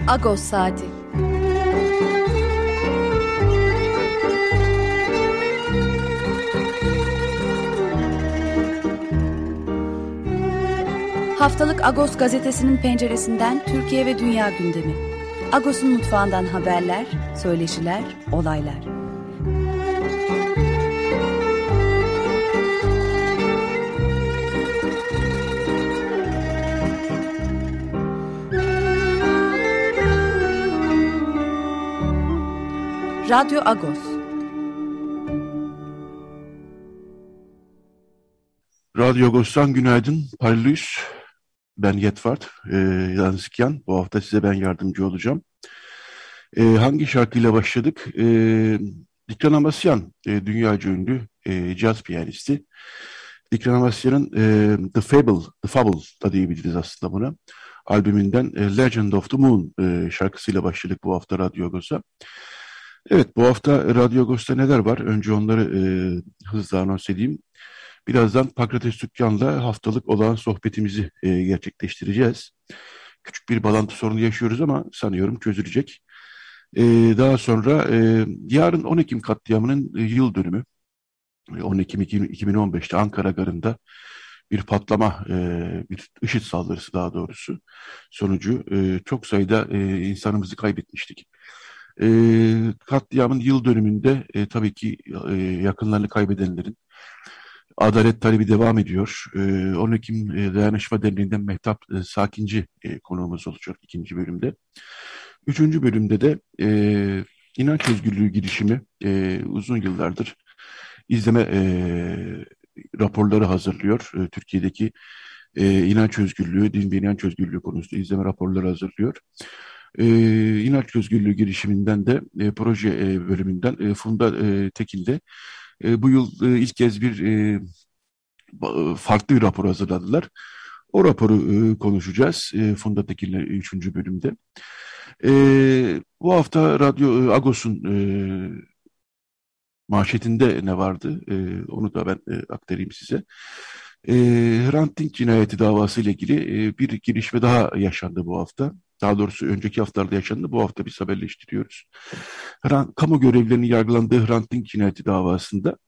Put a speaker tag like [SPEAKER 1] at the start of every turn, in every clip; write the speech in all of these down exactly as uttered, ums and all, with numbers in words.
[SPEAKER 1] Agos Saati. Haftalık Agos gazetesinin penceresinden Türkiye ve dünya gündemi. Agos'un mutfağından haberler, söyleşiler, olaylar. Radyo Agos.
[SPEAKER 2] Radyo Agos'tan günaydın. Parlıyız. Ben Yetvart e, Yansikyan. Bu hafta size ben yardımcı olacağım. E, hangi şarkıyla başladık? E, Dikran Amasyan, e, dünyaca ünlü e, caz piyanisti. Dikran Amasyan'ın e, The Fable, The Fable da diyebiliriz aslında buna. Albümünden e, Legend of the Moon e, şarkısıyla başladık bu hafta Radyo Agos'a. Evet, bu hafta Radyo Agos'ta neler var? Önce onları e, hızla anons edeyim. Birazdan Pakrates Tükkan'la haftalık olağan sohbetimizi e, gerçekleştireceğiz. Küçük bir bağlantı sorunu yaşıyoruz ama sanıyorum çözülecek. E, daha sonra e, yarın on Ekim katliamının e, yıl dönümü. on Ekim iki bin on beşte Ankara Garı'nda bir patlama, e, bir IŞİD saldırısı daha doğrusu sonucu e, çok sayıda e, insanımızı kaybetmiştik. E, katliamın yıl dönümünde e, tabii ki e, yakınlarını kaybedenlerin adalet talebi devam ediyor. E, on Ekim e, Dayanışma Derneği'nden Mehtap e, Sakinci e, konuğumuz olacak ikinci bölümde. Üçüncü bölümde de e, inanç özgürlüğü girişimi e, uzun yıllardır izleme e, raporları hazırlıyor. E, Türkiye'deki e, inanç özgürlüğü, din ve inanç özgürlüğü konusunda izleme raporları hazırlıyor. E, inanç özgürlüğü girişiminden de e, proje e, bölümünden e, Funda e, Tekin'de e, bu yıl e, ilk kez bir e, farklı bir rapor hazırladılar. O raporu e, konuşacağız e, Funda Tekin'le üçüncü bölümde. E, bu hafta Radyo e, Agos'un e, manşetinde ne vardı? E, onu da ben e, aktarayım size. E, Hrant Dink cinayeti davası ile ilgili e, bir gelişme daha yaşandı bu hafta. Daha doğrusu önceki haftalarda yaşandı. Bu hafta biz haberleştiriyoruz. Hrant, kamu görevlilerinin yargılandığı Hrant Dink cinayeti davasında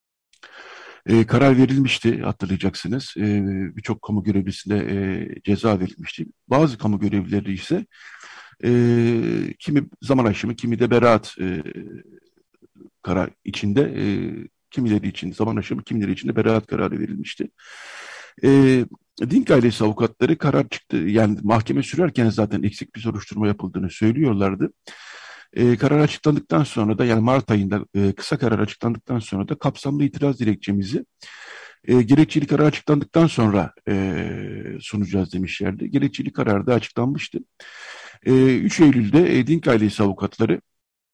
[SPEAKER 2] e, karar verilmişti, hatırlayacaksınız. E, birçok kamu görevlisine e, ceza verilmişti. Bazı kamu görevlileri ise e, kimi zaman aşımı, kimi de beraat e, karar içinde, e, kimileri için zaman aşımı, kimileri için de beraat kararı verilmişti. E, Dink ailesi avukatları karar çıktı. Yani mahkeme sürerken zaten eksik bir soruşturma yapıldığını söylüyorlardı. E, karar açıklandıktan sonra da yani Mart ayında e, kısa karar açıklandıktan sonra da kapsamlı itiraz dilekçemizi e, gerekçeli karar açıklandıktan sonra e, sunacağız demişlerdi. Gerekçeli karar da açıklanmıştı. E, üç Eylül'de e, Dink ailesi avukatları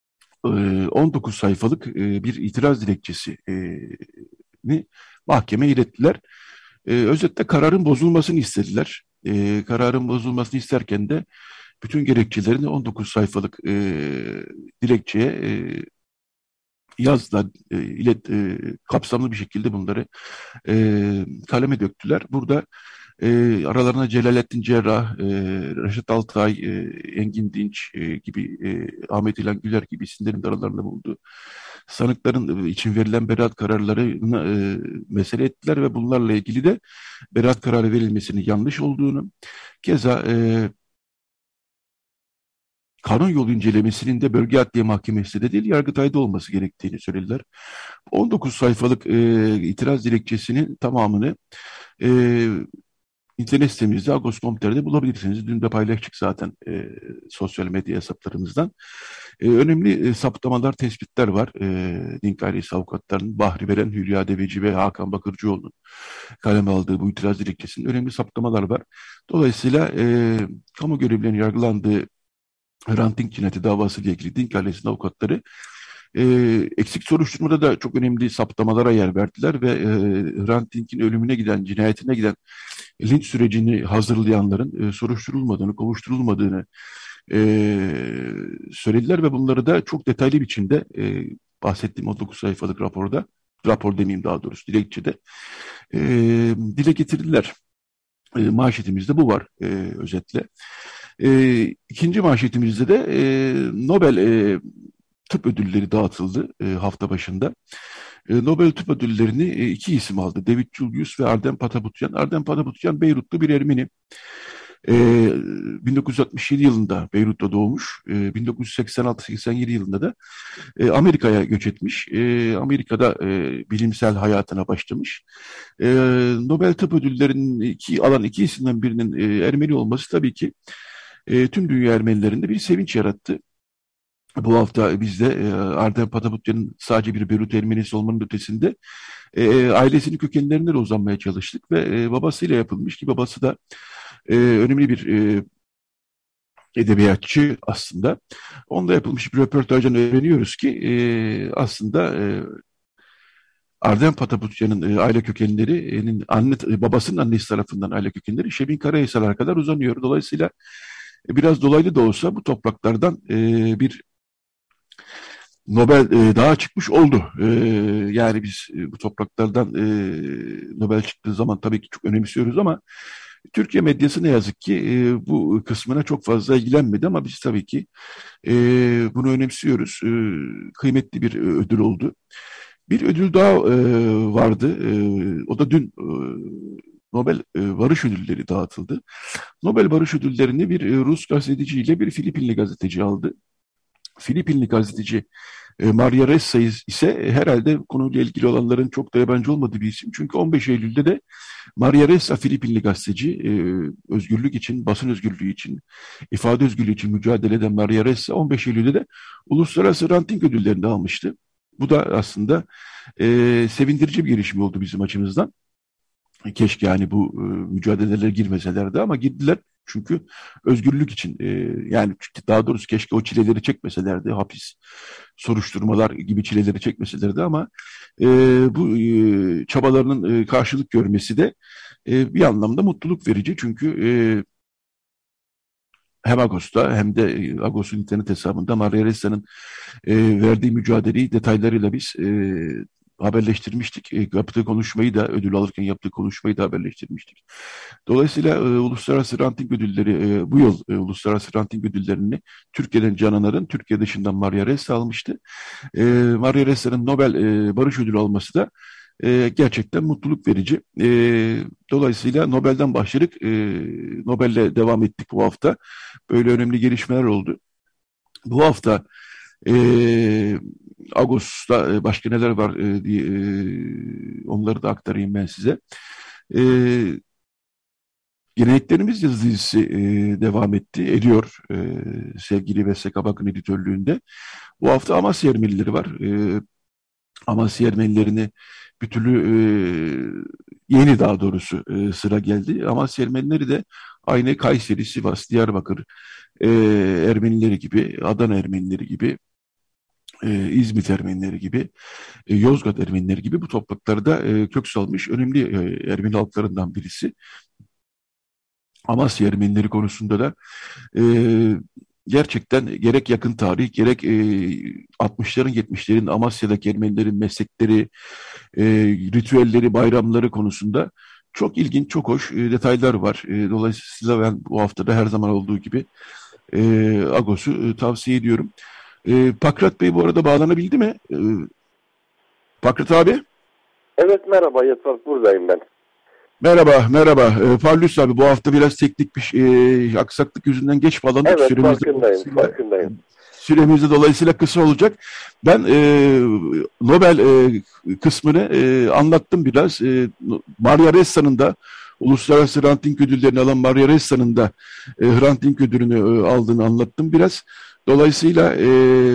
[SPEAKER 2] on dokuz sayfalık bir itiraz dilekçesini mahkemeye ilettiler. Özetle kararın bozulmasını istediler. Kararın bozulmasını isterken de bütün gerekçelerini on dokuz sayfalık dilekçeye yazdılar, ilet, kapsamlı bir şekilde bunları kaleme döktüler. Burada E, aralarına Celalettin Cerrah, e, Reşat Altay, e, Engin Dinç e, gibi, e, Ahmet İlhan Güler gibi isimlerin de aralarında bulunduğu sanıkların için verilen beraat kararlarını e, mesele ettiler ve bunlarla ilgili de beraat kararı verilmesinin yanlış olduğunu, keza e, kanun yolu incelemesinin de bölge adliye mahkemesi de değil, Yargıtay'da olması gerektiğini söylediler. on dokuz sayfalık e, itiraz dilekçesinin tamamını e, İnternet sitemizde agos nokta com nokta tr'de bulabilirsiniz. Dün de paylaştık zaten e, sosyal medya hesaplarımızdan. E, önemli e, saptamalar, tespitler var. E, Dink ailesi avukatlarının Bahri Beren, Hülya Deveci ve Hakan Bakırcıoğlu'nun kaleme aldığı bu itiraz dilekçesinin önemli saptamalar var. Dolayısıyla e, kamu görevlilerinin yargılandığı Hrant Dink cinayeti davası ile ilgili Dink ailesinin avukatları E, eksik soruşturmada da çok önemli saptamalara yer verdiler ve e, Hrant Dink'in ölümüne giden, cinayetine giden linç sürecini hazırlayanların e, soruşturulmadığını, kovuşturulmadığını e, söylediler ve bunları da çok detaylı biçimde e, bahsettiğim on dokuz sayfalık raporda, rapor demeyeyim daha doğrusu dilekçede e, dile getirdiler. E, manşetimizde bu var e, özetle. E, ikinci manşetimizde de e, Nobel e, Tıp Ödülleri dağıtıldı e, hafta başında. E, Nobel Tıp Ödülleri'ni e, iki isim aldı. David Julius ve Arden Patabutyan. Arden Patabutyan Beyrutlu bir Ermeni. E, bin dokuz yüz altmış yedi yılında Beyrut'ta doğmuş. E, bin dokuz yüz seksen altı seksen yedi yılında da e, Amerika'ya göç etmiş. E, Amerika'da e, bilimsel hayatına başlamış. E, Nobel Tıp Ödülleri'nin iki, alan iki isimden birinin e, Ermeni olması tabii ki e, tüm dünya Ermenilerinde bir sevinç yarattı. Bu hafta biz de e, Arden Patabutyan'ın sadece bir Beyrut Ermenisi olmanın ötesinde e, ailesinin kökenlerine de uzanmaya çalıştık ve e, babasıyla yapılmış ki babası da e, önemli bir e, edebiyatçı aslında. Onda yapılmış bir röportajdan öğreniyoruz ki e, aslında e, Arden Patabutyan'ın e, aile kökenlerinin anne, babasının annesi tarafından aile kökenleri Şebin Karahisar'a kadar uzanıyor. Dolayısıyla e, biraz dolaylı da olsa bu topraklardan e, bir Nobel e, daha çıkmış oldu. E, yani biz e, bu topraklardan e, Nobel çıktığı zaman tabii ki çok önemsiyoruz ama Türkiye medyası ne yazık ki e, bu kısmına çok fazla ilgilenmedi ama biz tabii ki e, bunu önemsiyoruz. E, kıymetli bir ödül oldu. Bir ödül daha e, vardı. E, o da dün e, Nobel e, Barış Ödülleri dağıtıldı. Nobel Barış Ödülleri'ni bir e, Rus gazeteci ile bir Filipinli gazeteci aldı. Filipinli gazeteci e, Maria Ressa ise herhalde konuyla ilgili olanların çok da yabancı olmadığı bir isim. Çünkü on beş Eylül'de de Maria Ressa Filipinli gazeteci, e, özgürlük için, basın özgürlüğü için, ifade özgürlüğü için mücadele eden Maria Ressa on beş Eylül'de de Uluslararası Ranting Ödülleri'ni almıştı. Bu da aslında e, sevindirici bir gelişme oldu bizim açımızdan. Keşke yani bu e, mücadelelere girmeselerdi ama girdiler. Çünkü özgürlük için e, yani daha doğrusu keşke o çileleri çekmeselerdi. Hapis, soruşturmalar gibi çileleri çekmeselerdi ama e, bu e, çabalarının e, karşılık görmesi de e, bir anlamda mutluluk verici. Çünkü e, hem Agos'ta hem de e, Agos'un internet hesabında Maria Ressa'nın e, verdiği mücadeleyi detaylarıyla biz e, haberleştirmiştik. E, yaptığı konuşmayı da ödül alırken yaptığı konuşmayı da haberleştirmiştik. Dolayısıyla e, Uluslararası Ranting Ödülleri e, bu yıl e, Uluslararası Ranting Ödülleri'ni Türkiye'den Cananar'ın Türkiye dışından Maria Ressa almıştı. E, Maria Ressa'nın Nobel e, Barış Ödülü alması da e, gerçekten mutluluk verici. E, dolayısıyla Nobel'den başladık. E, Nobel'le devam ettik bu hafta. Böyle önemli gelişmeler oldu. Bu hafta e, Ağustos'ta e, başka neler var e, diye e, onları da aktarayım ben size. E, Geleneklerimiz yazı dizisi e, devam etti, ediyor e, sevgili Vesle Kabak'ın editörlüğünde. Bu hafta Amasya Ermenileri var. E, Amasya Ermenilerini bir türlü e, yeni daha doğrusu e, sıra geldi. Amasya Ermenileri de aynı Kayseri, Sivas, Diyarbakır e, Ermenileri gibi, Adana Ermenileri gibi, e, İzmit Ermenileri gibi, e, Yozgat Ermenileri gibi bu topraklarda e, kök salmış önemli e, Ermeni halklarından birisi. Amasya Ermenileri konusunda da e, gerçekten gerek yakın tarih gerek e, altmışların yetmişlerin Amasya'daki Ermenilerin meslekleri, e, ritüelleri, bayramları konusunda çok ilginç, çok hoş e, detaylar var. E, dolayısıyla ben bu haftada her zaman olduğu gibi e, Agos'u e, tavsiye ediyorum. E, Pakrat Bey bu arada bağlanabildi mi? E, Pakrat abi?
[SPEAKER 3] Evet merhaba Yatmak, buradayım ben.
[SPEAKER 2] Merhaba, merhaba. E, Parlus abi bu hafta biraz teknik bir e, aksaklık yüzünden geç bağlandık.
[SPEAKER 3] Evet
[SPEAKER 2] Süremizde
[SPEAKER 3] farkındayım, farkındayım.
[SPEAKER 2] Süremiz de dolayısıyla kısa olacak. Ben e, Nobel e, kısmını e, anlattım biraz. E, Maria Ressa'nın da Uluslararası Ranting Ödülleri'ni alan Maria Ressa'nın da e, Ranting Ödülünü e, aldığını anlattım biraz. Dolayısıyla e,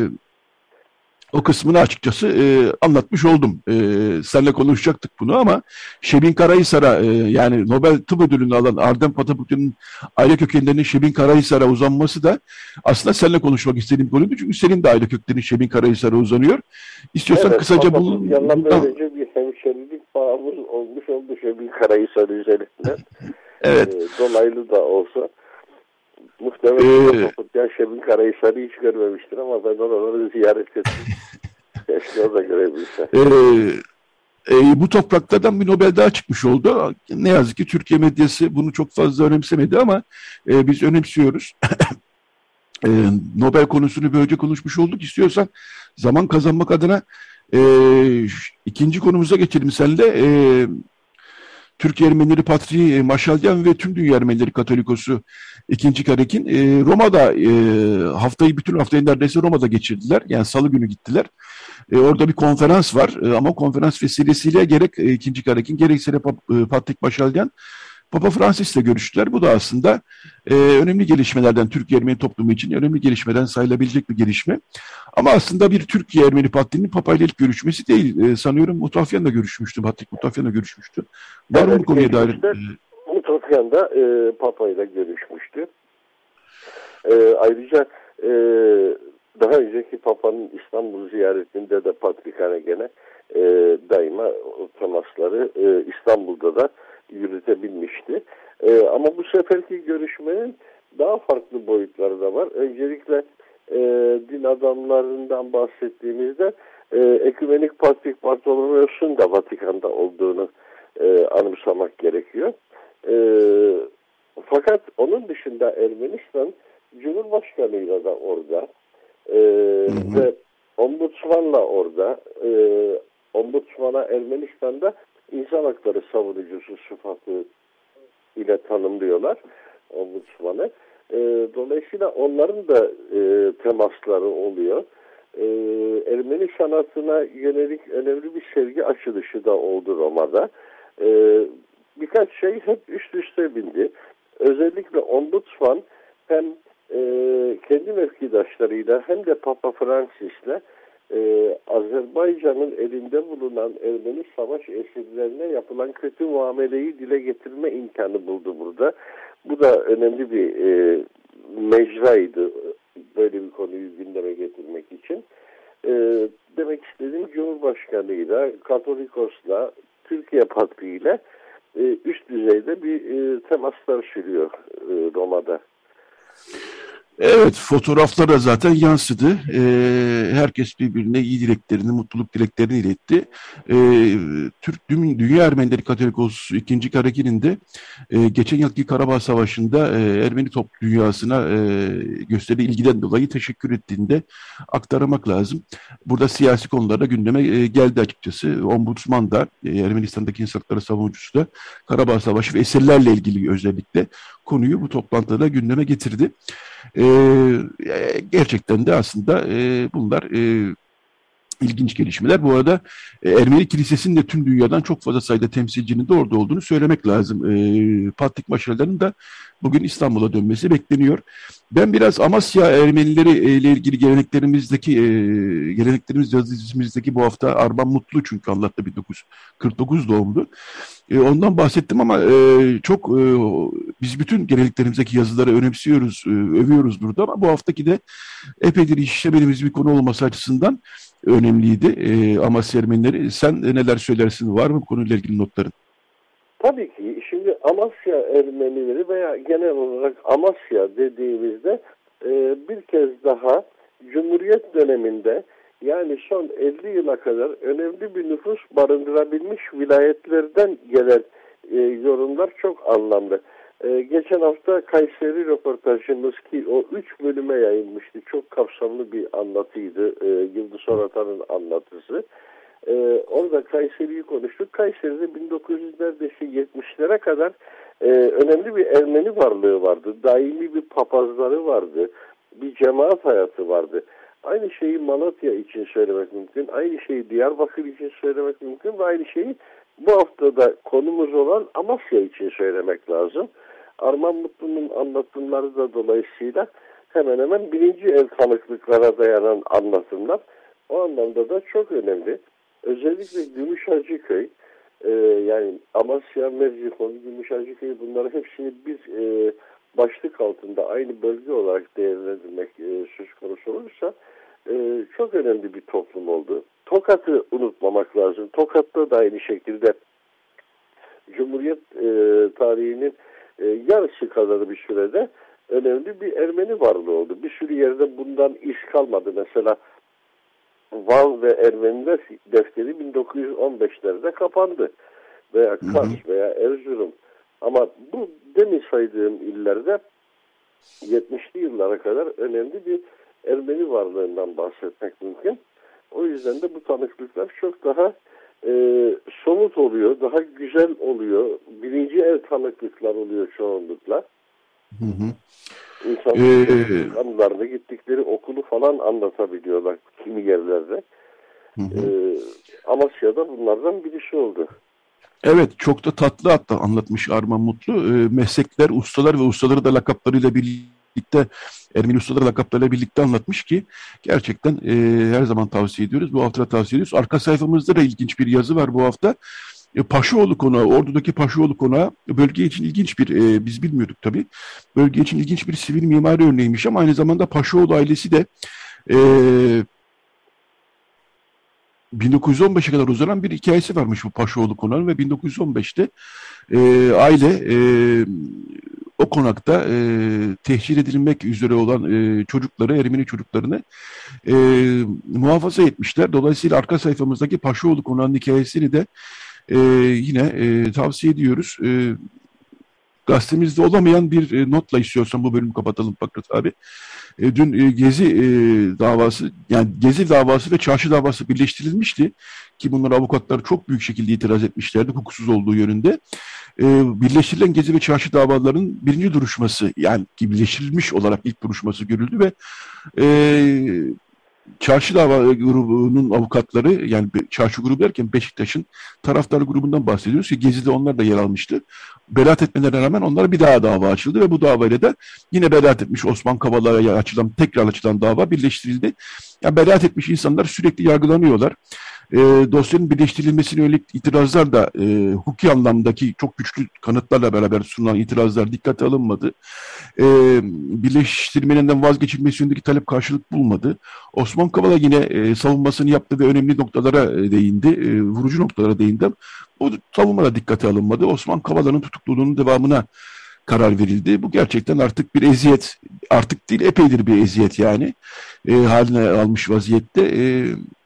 [SPEAKER 2] o kısmını açıkçası e, anlatmış oldum. E, seninle konuşacaktık bunu ama Şebin Karahisar'a e, yani Nobel Tıp Ödülünü alan Arden Patabutyan'ın aile kökenlerinin Şebin Karahisar'a uzanması da aslında seninle konuşmak istediğim konuydu. Çünkü senin de aile köklerin Şebin Karahisar'a uzanıyor. İstiyorsan evet, kısaca bunu...
[SPEAKER 3] Yandan böylece bir hemşerilik bağımız olmuş oldu Şebin Karahisar üzerinden.
[SPEAKER 2] Evet.
[SPEAKER 3] E, dolaylı da olsa. Muhtemelen ee, Şebin Karahisar'ı hiç görmemiştir ama ben oraları ziyaret ettim. Keşke o da görebilse.
[SPEAKER 2] Ee, E, bu topraklardan bir Nobel daha çıkmış oldu. Ne yazık ki Türkiye medyası bunu çok fazla önemsemedi ama e, biz önemsiyoruz. e, Nobel konusunu böylece konuşmuş olduk. İstiyorsan zaman kazanmak adına e, ikinci konumuza geçelim seninle. E, Türkiye Ermenileri Patriği Maşalyan ve tüm Dünya Ermenileri Katolikosu ikinci Karek'in e, Roma'da e, haftayı bütün haftayı neredeyse Roma'da geçirdiler. Yani Salı günü gittiler. E, orada bir konferans var e, ama konferans vesilesiyle gerek e, ikinci Karek'in gerekse de Pap- e, Patrik Maşalyan Papa Francis'le görüştüler. Bu da aslında e, önemli gelişmelerden, Türkiye Ermeni toplumu için önemli gelişmeden sayılabilecek bir gelişme. Ama aslında bir Türkiye Ermeni Patriğinin Papa ile ilk görüşmesi değil. E, sanıyorum Mutafyan'la görüşmüştü, Patrik Mutafyan'la görüşmüştü. Var mı
[SPEAKER 3] Evet,
[SPEAKER 2] bu konuya dair? E,
[SPEAKER 3] Mutafyan da e, Papa ile görüşmüştü. E, ayrıca e, daha önceki Papa'nın İstanbul ziyaretinde de Patrikhane gene e, daima o temasları e, İstanbul'da da yürütebilmişti. E, ama bu seferki görüşmenin daha farklı boyutları da var. Öncelikle e, din adamlarından bahsettiğimizde e, Ekümenik Patrik Bartolomeos'un da Vatikan'da olduğunu e, anımsamak gerekiyor. E, fakat onun dışında Ermenistan Cumhurbaşkanı'yla da orada e, hı hı. ve Ombudsman'la orada e, Ombudsman'a Ermenistan'da insan hakları savunucusu sıfatı ile tanımlıyorlar Ombudsman'ı. E, dolayısıyla onların da e, temasları oluyor. E, Ermeni sanatına yönelik önemli bir sergi açılışı da oldu Roma'da. E, birkaç şey hep üst üste bindi. Özellikle Ombudsman hem e, kendi mevkidaşlarıyla hem de Papa Francis'le e, Azerbaycan'ın elinde bulunan Ermeni savaş esirlerine yapılan kötü muameleyi dile getirme imkanı buldu burada. Bu da önemli bir e, mecraydı böyle bir konuyu gündeme getirmek için. E, demek istediğim Cumhurbaşkanı'yla, Katolikos'la, Türkiye Patriği'yle e, üst düzeyde bir e, temaslar sürüyor e, Roma'da.
[SPEAKER 2] Evet, fotoğraflar da zaten yansıdı. Ee, herkes birbirine iyi dileklerini, mutluluk dileklerini iletti. Ee, Türk Dünya Ermenileri Katolikosu ikinci Kareki'nin de e, geçen yılki Karabağ Savaşı'nda e, Ermeni top dünyasına e, gösterdiği ilgiden dolayı teşekkür ettiğini de aktarmak lazım. Burada siyasi konularda gündeme e, geldi açıkçası. Ombudsman da, e, Ermenistan'daki insan hakları savunucusu da Karabağ Savaşı ve esirlerle ilgili özellikle konuyu bu toplantıda gündeme getirdi. Ee, gerçekten de aslında e, bunlar e, ilginç gelişmeler. Bu arada e, Ermeni Kilisesi'nin de tüm dünyadan çok fazla sayıda temsilcinin de orada olduğunu söylemek lazım. E, Patrik Maşalyan'ın da bugün İstanbul'a dönmesi bekleniyor. Ben biraz Amasya Ermenileri ile ilgili geleneklerimizdeki e, geleneklerimiz yazımızdaki bu hafta Arman Mutlu çünkü anlattı bin dokuz yüz kırk dokuz doğumlu. E, ondan bahsettim ama e, çok e, biz bütün geleneklerimizdeki yazıları önemsiyoruz, e, övüyoruz burada ama bu haftaki de epeydir işlemediğimiz bir konu olması açısından önemliydi e, Amasya Ermenileri. Sen neler söylersin? Var mı bu konuyla ilgili notların?
[SPEAKER 3] Tabii ki. Şimdi Amasya Ermenileri veya genel olarak Amasya dediğimizde e, bir kez daha Cumhuriyet döneminde yani son elli yıla kadar önemli bir nüfus barındırabilmiş vilayetlerden gelen e, yorumlar çok anlamlı. E, geçen hafta Kayseri röportajımız ki o üç bölüme yayılmıştı. Çok kapsamlı bir anlatıydı. E, Yıldız Oratan'ın anlatısı. Ee, orada Kayseri'yi konuştuk. Kayseri'de bin dokuz yüz yetmişlere kadar e, önemli bir Ermeni varlığı vardı. Daimi bir papazları vardı. Bir cemaat hayatı vardı. Aynı şeyi Malatya için söylemek mümkün. Aynı şeyi Diyarbakır için söylemek mümkün. Ve aynı şeyi bu haftada konumuz olan Amasya için söylemek lazım. Arman Mutlu'nun anlatımları da dolayısıyla hemen hemen birinci el tanıklıklara dayanan anlatımlar. O anlamda da çok önemli. Özellikle Gümüşhacıköy, e, yani Amasya, Mercikon, Gümüşhacıköy bunları hepsini bir e, başlık altında aynı bölge olarak değerlendirmek e, söz konusu olursa e, çok önemli bir toplum oldu. Tokat'ı unutmamak lazım. Tokat'ta da aynı şekilde Cumhuriyet e, tarihinin e, yarısı kadar bir sürede önemli bir Ermeni varlığı oldu. Bir sürü yerde bundan iz kalmadı. Mesela Van ve Ermeniler defteri bin dokuz yüz on beşlerde kapandı. Veya Kars veya Erzurum. Ama bu demin saydığım illerde yetmişli yıllara kadar önemli bir Ermeni varlığından bahsetmek mümkün. O yüzden de bu tanıklıklar çok daha e, somut oluyor, daha güzel oluyor. Birinci el tanıklıklar oluyor çoğunlukla.
[SPEAKER 2] Hı hı.
[SPEAKER 3] İnsanlar
[SPEAKER 2] ee...
[SPEAKER 3] anılarını, gittikleri okulu falan anlatabiliyorlar kimi yerlerde. Hı hı. Ee, Amasya'da bunlardan birisi oldu.
[SPEAKER 2] Evet, çok da tatlı hatta anlatmış Arman Mutlu. E, meslekler, ustalar ve ustaları da lakaplarıyla birlikte, Ermeni ustaları lakaplarıyla birlikte anlatmış ki gerçekten e, her zaman tavsiye ediyoruz. Bu hafta tavsiye ediyoruz. Arka sayfamızda da ilginç bir yazı var bu hafta. E, Paşaoğlu konağı, Ordu'daki Paşaoğlu konağı bölge için ilginç bir, e, biz bilmiyorduk tabii. Bölge için ilginç bir sivil mimari örneğiymiş ama aynı zamanda Paşaoğlu ailesi de e, bin dokuz yüz on beşe kadar uzanan bir hikayesi varmış bu Paşaoğlu konağı ve bin dokuz yüz on beşte e, aile e, o konakta e, tehcir edilmek üzere olan e, çocukları, Ermeni çocuklarını e, muhafaza etmişler. Dolayısıyla arka sayfamızdaki Paşaoğlu konağının hikayesini de e, yine e, tavsiye ediyoruz. E, gazetemizde olamayan bir e, notla istiyorsan bu bölümü kapatalım Fakret abi. E, dün e, Gezi e, davası, yani Gezi davası ve Çarşı davası birleştirilmişti ki bunlar avukatlar çok büyük şekilde itiraz etmişlerdi hukuksuz olduğu yönünde. E, birleştirilen Gezi ve Çarşı davalarının birinci duruşması, yani birleştirilmiş olarak ilk duruşması görüldü ve e, Çarşı dava grubunun avukatları, yani çarşı grubu derken Beşiktaş'ın taraftar grubundan bahsediyoruz ki Gezi'de onlar da yer almıştı. Beraat etmelerine rağmen onlara bir daha dava açıldı ve bu davayla da yine beraat etmiş Osman Kavala'ya açılan, tekrar açılan dava birleştirildi. Yani beraat etmiş insanlar sürekli yargılanıyorlar. E, dosyanın birleştirilmesine yönelik itirazlar da e, hukuki anlamdaki çok güçlü kanıtlarla beraber sunulan itirazlar dikkate alınmadı. E, birleştirmeden vazgeçilmesi yönündeki talep karşılık bulmadı. Osman Kavala yine e, savunmasını yaptı ve önemli noktalara e, değindi, e, vurucu noktalara değindi. Bu savunma da dikkate alınmadı. Osman Kavala'nın tutukluluğunun devamına karar verildi. Bu gerçekten artık bir eziyet, artık değil epeydir bir eziyet yani e, haline almış vaziyette. E,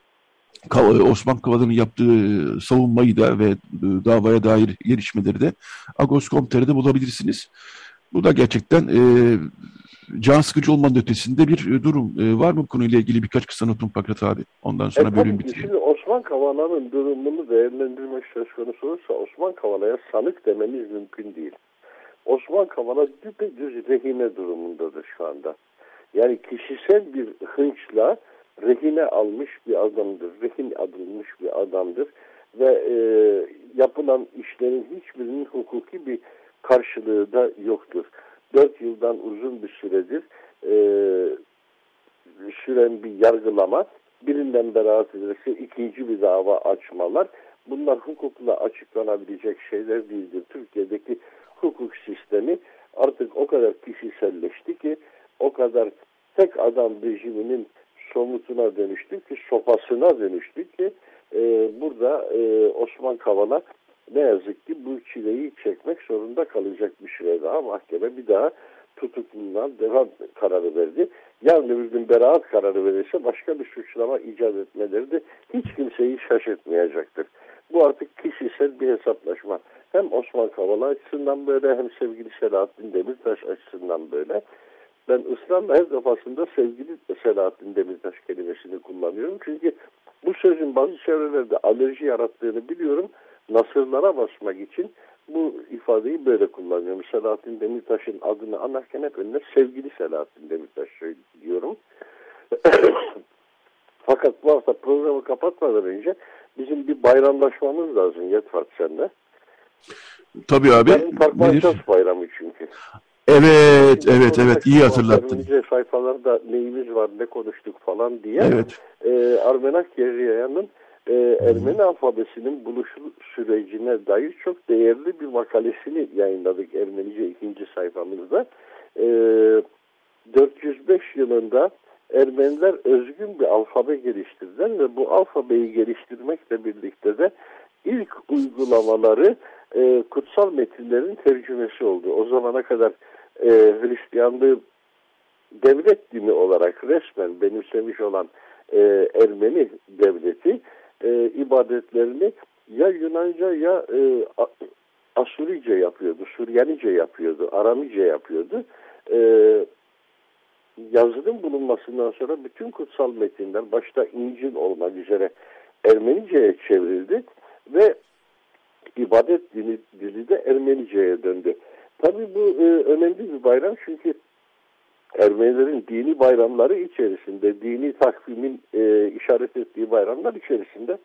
[SPEAKER 2] Osman Kavala'nın yaptığı savunmayı da ve davaya dair gelişmeleri de Agos nokta com nokta tr'de bulabilirsiniz. Bu da gerçekten e, can sıkıcı olmanın ötesinde bir durum. E, var mı bu konuyla ilgili birkaç kısa notun Fakret abi? Ondan sonra
[SPEAKER 3] e,
[SPEAKER 2] bölüm bitiyor.
[SPEAKER 3] Şimdi Osman Kavala'nın durumunu değerlendirmek söz konusu olursa Osman Kavala'ya sanık demeniz mümkün değil. Osman Kavala düpedüz rehine durumundadır şu anda. Yani kişisel bir hınçla rehine almış bir adamdır. Rehin adılmış bir adamdır. Ve e, yapılan işlerin hiçbirinin hukuki bir karşılığı da yoktur. Dört yıldan uzun bir süredir e, süren bir yargılama, birinden beraat edilirse ikinci bir dava açmalar, bunlar hukukla açıklanabilecek şeyler değildir. Türkiye'deki hukuk sistemi artık o kadar kişiselleşti ki, o kadar tek adam rejiminin somutuna dönüştü ki, sopasına dönüştü ki e, burada e, Osman Kavala ne yazık ki bu çileyi çekmek zorunda kalacak bir süre daha. Mahkeme bir daha tutukluluğundan devam kararı verdi. Yarın öbür gün beraat kararı verirse başka bir suçlama icat etmeleri de hiç kimseyi şaşırtmayacaktır. Bu artık kişisel bir hesaplaşma. Hem Osman Kavala açısından böyle, hem sevgili Selahattin Demirtaş açısından böyle. Ben ısrarla her defasında sevgili Selahattin Demirtaş kelimesini kullanıyorum. Çünkü bu sözün bazı çevrelerde alerji yarattığını biliyorum. Nasırlara basmak için bu ifadeyi böyle kullanıyorum. Selahattin Demirtaş'ın adını anarken hep önüne sevgili Selahattin Demirtaş diyorum. Fakat bu hafta programı kapatmadan önce bizim bir bayramlaşmamız lazım Yetvart senle.
[SPEAKER 2] Tabii abi.
[SPEAKER 3] Takmanças bayramı çünkü.
[SPEAKER 2] Evet, Şimdi evet, evet. İyi hatırlattın.
[SPEAKER 3] Nice sayfalarda neyimiz var, ne konuştuk falan diye.
[SPEAKER 2] Evet.
[SPEAKER 3] E, Armenak Yeryaya'nın e, Ermeni alfabesinin buluşu sürecine dair çok değerli bir makalesini yayınladık Ermenice ikinci sayfamızda. E, dört yüz beş yılında Ermeniler özgün bir alfabe geliştirdiler ve bu alfabeyi geliştirmekle birlikte de ilk uygulamaları e, kutsal metinlerin tercümesi oldu. O zamana kadar e, Hristiyanlığı devlet dini olarak resmen benimsemiş olan e, Ermeni devleti e, ibadetlerini ya Yunanca ya e, Asurice yapıyordu, Süryanice yapıyordu, Aramice yapıyordu. E, yazının bulunmasından sonra bütün kutsal metinler başta İncil olmak üzere Ermenice'ye çevrildi ve ibadet dili, dili de Ermenice'ye döndü. Tabii bu e, önemli bir bayram çünkü Ermenilerin dini bayramları içerisinde, dini takvimin e, işaret ettiği bayramlar içerisinde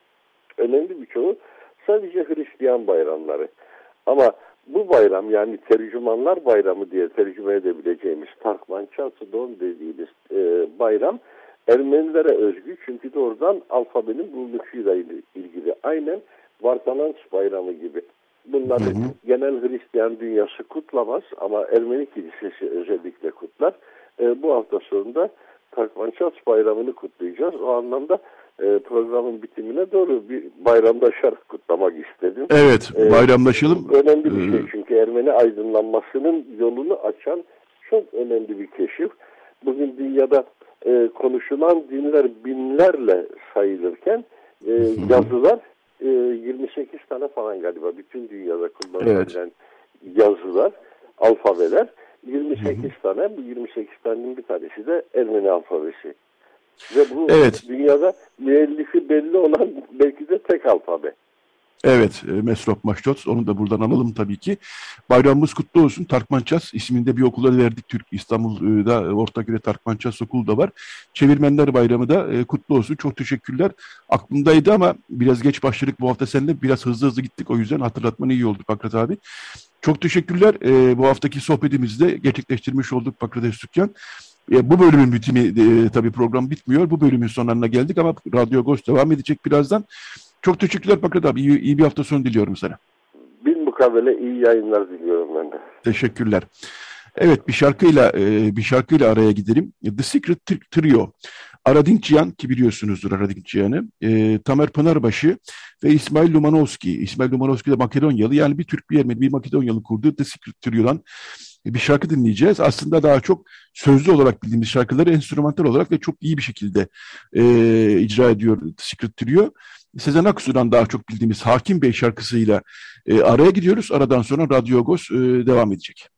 [SPEAKER 3] önemli birçoğu sadece Hristiyan bayramları. Ama bu bayram, yani tercümanlar bayramı diye tercüme edebileceğimiz Takmançatsidon dediğimiz e, bayram Ermenilere özgü, çünkü doğrudan alfabenin bulunuşuyla ilgili. Aynen Vartanans bayramı gibi. Bunları hı hı. genel Hristiyan dünyası kutlamaz ama Ermeni kilisesi özellikle kutlar. E, bu hafta sonunda Takmançats bayramını kutlayacağız. O anlamda e, programın bitimine doğru bir bayramlaşarak kutlamak istedim.
[SPEAKER 2] Evet, bayramlaşalım.
[SPEAKER 3] E, önemli bir şey çünkü Ermeni aydınlanmasının yolunu açan çok önemli bir keşif. Bugün dünyada e, konuşulan dinler binlerle sayılırken e, yazılar e, yirmi sekiz tane falan galiba bütün dünyada kullanılan evet. yazılar, alfabeler yirmi sekiz hı hı. tane. Bu yirmi sekiz tanenin bir tanesi de Ermeni alfabesi. Ve bu evet. dünyada müellifi belli olan belki de tek alfabe.
[SPEAKER 2] Evet, Mesrop Maştot, onu da buradan analım tabii ki. Bayramımız kutlu olsun. Tarkmanças isminde bir okula verdik. Türk İstanbul'da Ortaköy'de Tarkmanças okulu da var. Çevirmenler Bayramı da kutlu olsun. Çok teşekkürler. Aklımdaydı ama biraz geç başladık bu hafta seninle. Biraz hızlı hızlı gittik. O yüzden hatırlatman iyi oldu Pakrat abi. Çok teşekkürler. Bu haftaki sohbetimizde gerçekleştirmiş olduk Pakrat Öztürkyan. Bu bölümün bitimi, e, tabii program bitmiyor. Bu bölümün sonuna geldik ama Radyo Agos devam edecek birazdan. Çok teşekkürler Pakrat abi. İyi, iyi bir hafta sonu diliyorum sana.
[SPEAKER 3] Bilmukabele iyi yayınlar diliyorum ben de.
[SPEAKER 2] Teşekkürler. Evet, bir şarkıyla e, bir şarkıyla araya gidelim. The Secret Trio. Aradinkciyan, ki biliyorsunuzdur Aradinkciyan'ı. E, Tamer Pınarbaşı ve İsmail Lumanovski. İsmail Lumanovski de Makedonyalı. Yani bir Türk, bir Ermeni, bir Makedonyalı kurduğu The Secret Trio'dan bir şarkı dinleyeceğiz. Aslında daha çok sözlü olarak bildiğimiz şarkıları enstrümantal olarak ve çok iyi bir şekilde e, icra ediyor The Secret Trio. Sezen Aksu'dan daha çok bildiğimiz Hakim Bey şarkısıyla e, araya gidiyoruz. Aradan sonra Radyo Agos e, devam edecek.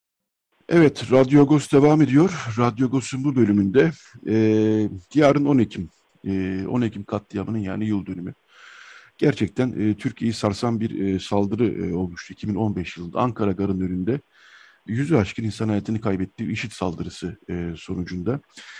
[SPEAKER 2] Evet, Radyo Agos devam ediyor. Radyo Agos'un bu bölümünde e, yarın on Ekim, e, on Ekim katliamının yani yıl dönümü. Gerçekten e, Türkiye'yi sarsan bir e, saldırı e, olmuştu iki bin on beş yılında Ankara Garı'nın önünde. Yüzü aşkın insan hayatını kaybettiği IŞİD saldırısı e, sonucunda.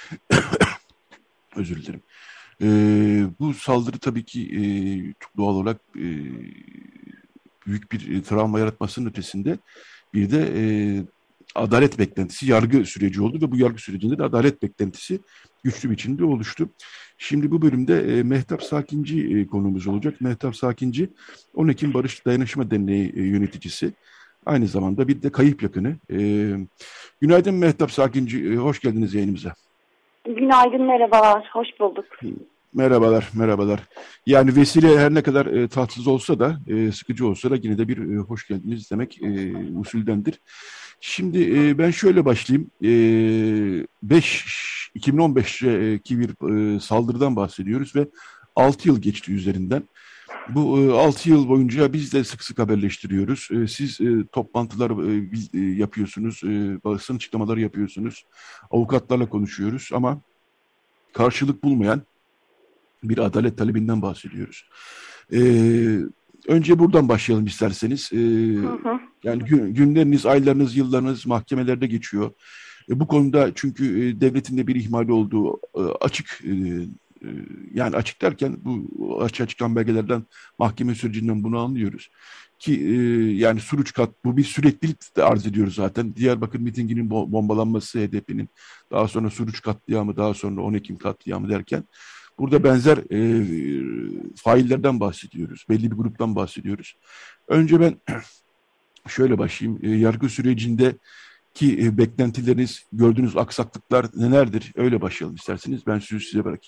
[SPEAKER 2] Özür dilerim. E, bu saldırı tabii ki e, çok doğal olarak e, büyük bir e, travma yaratmasının ötesinde bir de e, adalet beklentisi, yargı süreci oldu ve bu yargı sürecinde de adalet beklentisi güçlü biçimde oluştu. Şimdi bu bölümde e, Mehtap Sakinci e, konuğumuz olacak. Mehtap Sakinci on Ekim Barış Dayanışma Derneği e, yöneticisi. Aynı zamanda bir de kayıp yakını. E, günaydın Mehtap Sakinci, e, hoş geldiniz yayınımıza.
[SPEAKER 4] Günaydın, merhabalar, hoş bulduk.
[SPEAKER 2] Merhabalar, merhabalar. Yani vesile her ne kadar e, tatsız olsa da, e, sıkıcı olsa da yine de bir e, hoş geldiniz demek e, usuldendir. Şimdi e, ben şöyle başlayayım. E, beş iki bin on beşteki bir e, saldırıdan bahsediyoruz ve altı yıl geçti üzerinden. Bu e, altı yıl boyunca biz de sık sık haberleştiriyoruz. E, siz e, toplantılar e, e, yapıyorsunuz, e, basın açıklamaları yapıyorsunuz, avukatlarla konuşuyoruz ama karşılık bulmayan bir adalet talebinden bahsediyoruz. E, önce buradan başlayalım isterseniz. E, hı hı. Yani gün, günleriniz, aylarınız, yıllarınız mahkemelerde geçiyor. E, bu konuda çünkü e, devletin de bir ihmali olduğu e, açık. E, Yani açık derken bu açığa çıkan belgelerden, mahkeme sürecinden bunu anlıyoruz. Ki e, yani Suruç kat, bu bir süreklilik de arz ediyor zaten. Diyarbakır mitinginin bombalanması H D P'nin, daha sonra Suruç katliamı, daha sonra on Ekim katliamı derken burada benzer e, faillerden bahsediyoruz. Belli bir gruptan bahsediyoruz. Önce ben şöyle başlayayım. E, yargı sürecinde ki e, beklentileriniz, gördüğünüz aksaklıklar nelerdir? Öyle başlayalım isterseniz. Ben sözü size bırakayım.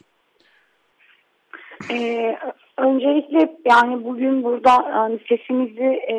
[SPEAKER 4] Ee, öncelikle yani bugün burada yani sesimizi e,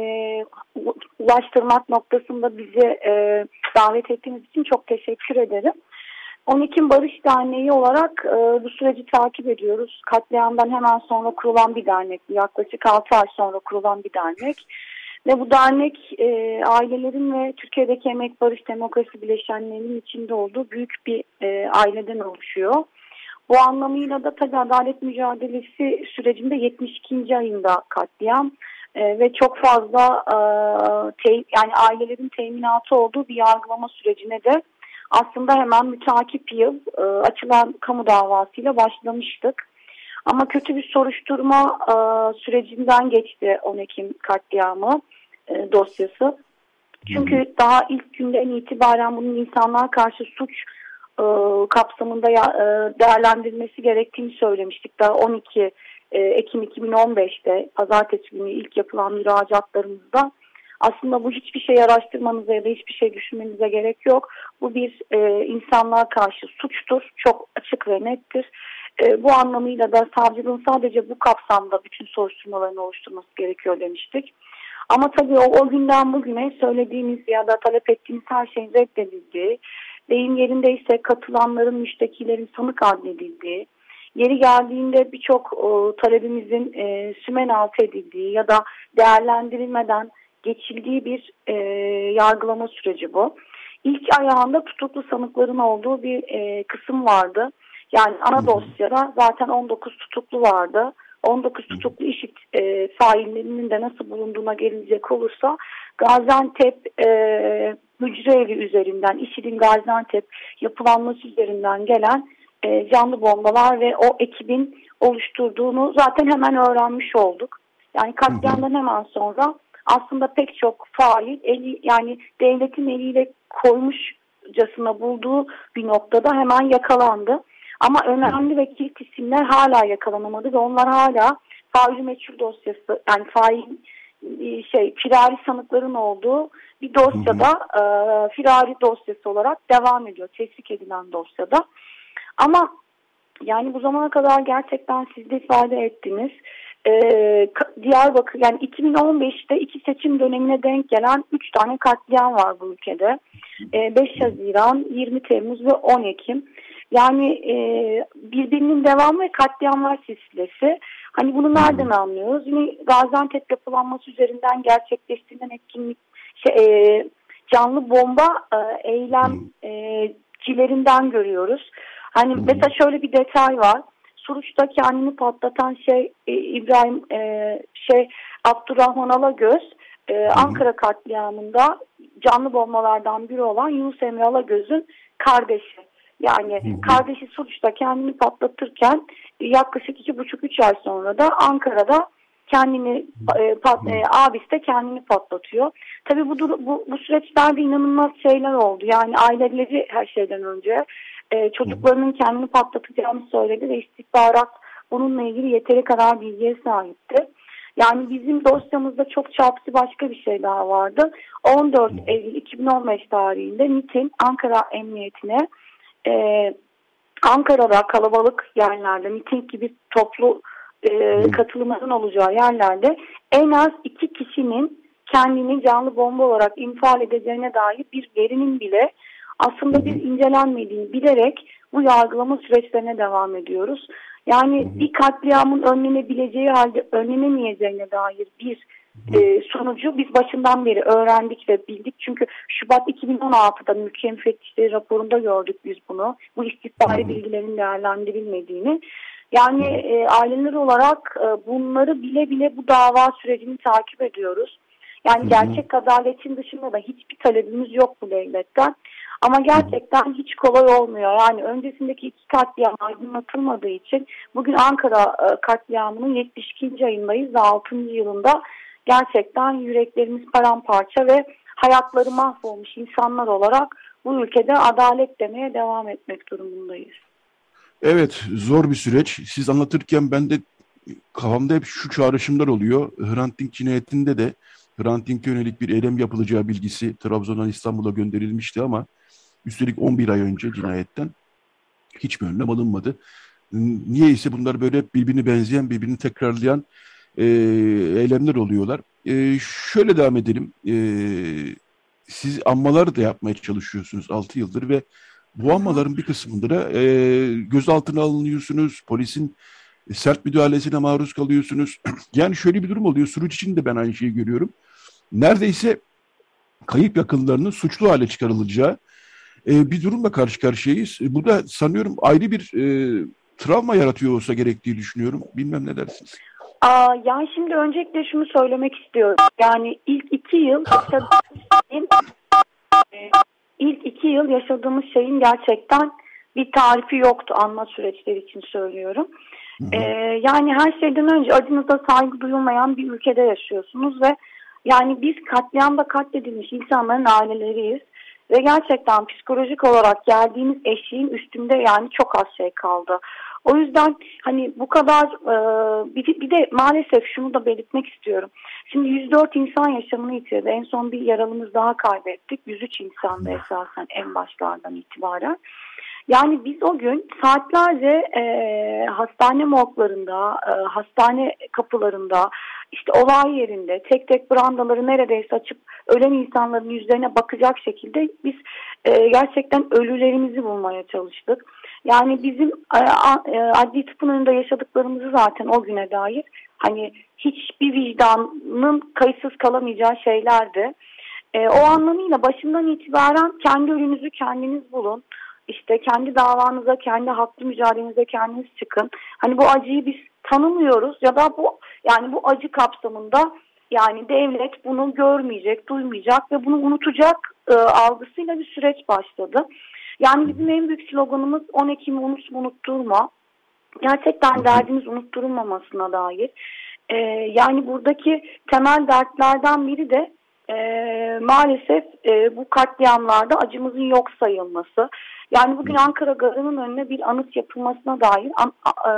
[SPEAKER 4] ulaştırmak noktasında bizi e, davet ettiğiniz için çok teşekkür ederim. on Ekim Barış Derneği olarak e, bu süreci takip ediyoruz. Katliamdan hemen sonra kurulan bir dernek. Yaklaşık altı ay sonra kurulan bir dernek. Ve bu dernek e, ailelerin ve Türkiye'deki emek, barış, demokrasi bileşenlerinin içinde olduğu büyük bir e, aileden oluşuyor. Bu anlamıyla da tabii adalet mücadelesi sürecinde yetmiş ikinci ayında katliam e, ve çok fazla e, te, yani ailelerin teminatı olduğu bir yargılama sürecine de aslında hemen mütakip yıl e, açılan kamu davasıyla başlamıştık. Ama kötü bir soruşturma e, sürecinden geçti on Ekim katliamı e, dosyası. Çünkü hı hı. daha ilk günden itibaren bunun insanlığa karşı suç e, kapsamında ya, e, değerlendirilmesi gerektiğini söylemiştik. Daha on iki Ekim iki bin on beşte pazartesi günü ilk yapılan müracaatlarımızda aslında bu hiçbir şey araştırmanıza ya da hiçbir şey düşünmenize gerek yok. Bu bir e, insanlığa karşı suçtur. Çok açık ve nettir. E, bu anlamıyla da savcılığın sadece bu kapsamda bütün soruşturmalarını oluşturması gerekiyor demiştik. Ama tabii o, o günden bugüne söylediğimiz ya da talep ettiğimiz her şeyin reddedildiği, deyim yerindeyse katılanların, müştekilerin sanık adledildiği, yeri geldiğinde birçok e, talebimizin e, sümen altı edildiği ya da değerlendirilmeden geçildiği bir e, yargılama süreci bu. İlk ayağında tutuklu sanıkların olduğu bir e, kısım vardı. Yani ana dosyada zaten on dokuz tutuklu vardı. on dokuz tutuklu IŞİD e, faillerinin de nasıl bulunduğuna gelecek olursa Gaziantep e, hücre evi üzerinden, IŞİD'in Gaziantep yapılanması üzerinden gelen e, canlı bombalar ve o ekibin oluşturduğunu zaten hemen öğrenmiş olduk. Yani katliamdan hemen sonra aslında pek çok fail eli, yani devletin eliyle koymuşcasına bulduğu bir noktada hemen yakalandı. Ama önemli ve kilit isimler hala yakalanamadı ve onlar hala faili meçhul dosyası, yani fail şey firari sanıkların olduğu bir dosyada e, firari dosyası olarak devam ediyor. Tespit edilen dosyada. Ama yani bu zamana kadar gerçekten siz de ifade ettiniz. Ee, Diyarbakır, yani iki bin on beşte iki seçim dönemine denk gelen üç tane katliam var bu ülkede. Ee, beş Haziran, yirmi Temmuz ve on Ekim. Yani e, birbirinin devamı ve katliamlar silsilesi. Hani bunu nereden anlıyoruz? Yine Gaziantep yapılanması üzerinden gerçekleştirilen etkinlik, şey, e, canlı bomba e, eylemcilerinden görüyoruz. Hani mesela şöyle bir detay var. Suruç'ta kendini patlatan şey e, İbrahim e, şey Abdurrahman Alagöz e, Ankara katliamında canlı bombalardan biri olan Yunus Emre Alagöz'ün kardeşi. Yani hı hı. kardeşi Suruç'ta kendini patlatırken e, yaklaşık iki buçuk üç ay sonra da Ankara'da kendini e, pat, e, abisi de kendini patlatıyor. Tabii bu, bu bu süreçlerde inanılmaz şeyler oldu. Yani aileleri her şeyden önce Ee, çocuklarının kendini patlatacağını söyledi ve istihbarat bununla ilgili yeteri kadar bilgiye sahipti. Yani bizim dosyamızda çok çarpıcı başka bir şey daha vardı. on dört Eylül iki bin on beş tarihinde MİT'in Ankara Emniyetine e, Ankara'da kalabalık yerlerde, miting gibi toplu e, katılımların olacağı yerlerde en az iki kişinin kendini canlı bomba olarak infal edeceğine dair bir verinin bile aslında biz incelenmediğini bilerek bu yargılama süreçlerine devam ediyoruz. Yani bir katliamın önlenebileceği halde önlenemeyeceğine dair bir e, sonucu biz başından beri öğrendik ve bildik. Çünkü Şubat iki bin on altıda Mülkiye Müfettişleri raporunda gördük biz bunu. Bu istihbari bilgilerin değerlendirilmediğini. Yani e, aileler olarak e, bunları bile bile bu dava sürecini takip ediyoruz. Yani gerçek adaletin dışında da hiçbir talebimiz yok bu devletten. Ama gerçekten hiç kolay olmuyor. Yani öncesindeki iki katliam aydınlatılmadığı için bugün Ankara katliamının yetmiş ikinci ayındayız ve altıncı yılında gerçekten yüreklerimiz paramparça ve hayatları mahvolmuş insanlar olarak bu ülkede adalet demeye devam etmek durumundayız.
[SPEAKER 2] Evet, zor bir süreç. Siz anlatırken ben de kafamda hep şu çağrışımlar oluyor. Hrant Dink cinayetinde de Hrant Dink'e yönelik bir eylem yapılacağı bilgisi Trabzon'dan İstanbul'a gönderilmişti ama üstelik on bir ay önce cinayetten hiçbir önlem alınmadı. Niye ise bunlar böyle birbirini benzeyen, birbirini tekrarlayan e, eylemler oluyorlar. E, şöyle devam edelim. E, siz anmalar da yapmaya çalışıyorsunuz altı yıldır ve Bu anmaların bir kısmında da e, gözaltına alınıyorsunuz, polisin sert müdahalesine maruz kalıyorsunuz. Yani şöyle bir durum oluyor, Suruç için de ben aynı şeyi görüyorum. Neredeyse kayıp yakınlarının suçlu hale çıkarılacağı e, bir durumla karşı karşıyayız. E, bu da sanıyorum ayrı bir e, travma yaratıyor olsa gerektiği düşünüyorum. Bilmem ne dersiniz?
[SPEAKER 4] Aa, yani şimdi öncelikle şunu söylemek istiyorum. Yani ilk iki yıl yaşadığımız şeyin, e, ilk iki yıl yaşadığımız şeyin gerçekten bir tarifi yoktu, anma süreçleri için söylüyorum. Ee, yani her şeyden önce acınıza saygı duyulmayan bir ülkede yaşıyorsunuz ve yani biz katliamda katledilmiş insanların aileleriyiz ve gerçekten psikolojik olarak geldiğimiz eşiğin üstünde yani çok az şey kaldı. O yüzden hani bu kadar e, bir, bir de maalesef şunu da belirtmek istiyorum. Şimdi yüz dört insan yaşamını yitirdi. En son bir yaralımız daha kaybettik. yüz üç insanda esasen en başlardan itibaren. Yani biz o gün saatlerce e, hastane morglarında, e, hastane kapılarında, işte olay yerinde tek tek brandaları neredeyse açıp ölen insanların yüzlerine bakacak şekilde biz e, gerçekten ölülerimizi bulmaya çalıştık. Yani bizim e, e, adli tıpın önünde yaşadıklarımızı zaten o güne dair hani hiçbir vicdanın kayıtsız kalamayacağı şeylerdi. E, o anlamıyla başından itibaren kendi ölünüzü kendiniz bulun. İşte kendi davanıza, kendi haklı mücadelenize kendiniz çıkın. Hani bu acıyı biz tanımıyoruz ya da bu yani bu acı kapsamında yani devlet bunu görmeyecek, duymayacak ve bunu unutacak e, algısıyla bir süreç başladı. Yani bizim en büyük sloganımız on Ekim'i unutma, unutturma. Gerçekten derdimiz unutturulmamasına dair. E, yani buradaki temel dertlerden biri de e, maalesef e, bu katliamlarda acımızın yok sayılması. Yani bugün Ankara Garı'nın önüne bir anıt yapılmasına dair an, a,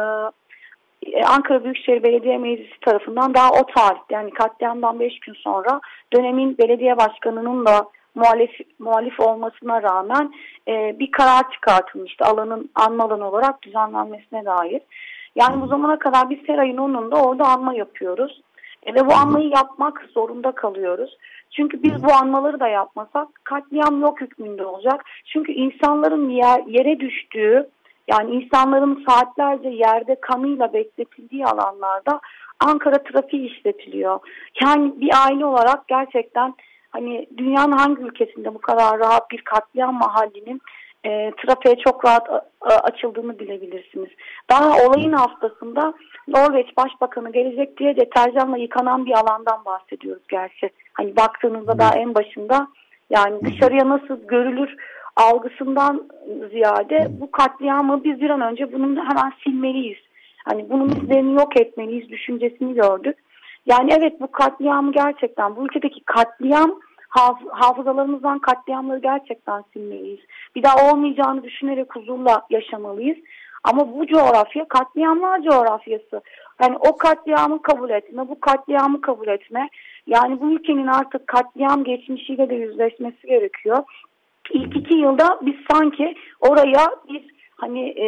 [SPEAKER 4] e, Ankara Büyükşehir Belediye Meclisi tarafından daha o tarihte yani katliamdan beş gün sonra dönemin belediye başkanının da muhalif, muhalif olmasına rağmen e, bir karar çıkartılmıştı alanın anma alanı olarak düzenlenmesine dair. Yani bu zamana kadar biz her ayın onunda orada anma yapıyoruz e, ve bu anmayı yapmak zorunda kalıyoruz. Çünkü biz bu anmaları da yapmasak katliam yok hükmünde olacak. Çünkü insanların yer, yere düştüğü yani insanların saatlerce yerde kanıyla bekletildiği alanlarda Ankara trafiği işletiliyor. Yani bir aile olarak gerçekten hani dünyanın hangi ülkesinde bu kadar rahat bir katliam mahallinin e, trafiğe çok rahat a, açıldığını bilebilirsiniz. Daha olayın haftasında Norveç Başbakanı gelecek diye deterjanla yıkanan bir alandan bahsediyoruz gerçi. Hani baktığınızda daha en başında yani dışarıya nasıl görülür algısından ziyade bu katliamı biz bir an önce bunun da hemen silmeliyiz. Hani bunun izlerini yok etmeliyiz düşüncesini gördük. Yani evet bu katliamı gerçekten bu ülkedeki katliam haf- hafızalarımızdan katliamları gerçekten silmeliyiz. Bir daha olmayacağını düşünerek huzurla yaşamalıyız. Ama bu coğrafya katliamlar coğrafyası. Yani o katliamı kabul etme, bu katliamı kabul etme. Yani bu ülkenin artık katliam geçmişiyle de yüzleşmesi gerekiyor. İlk iki yılda biz sanki oraya bir hani e,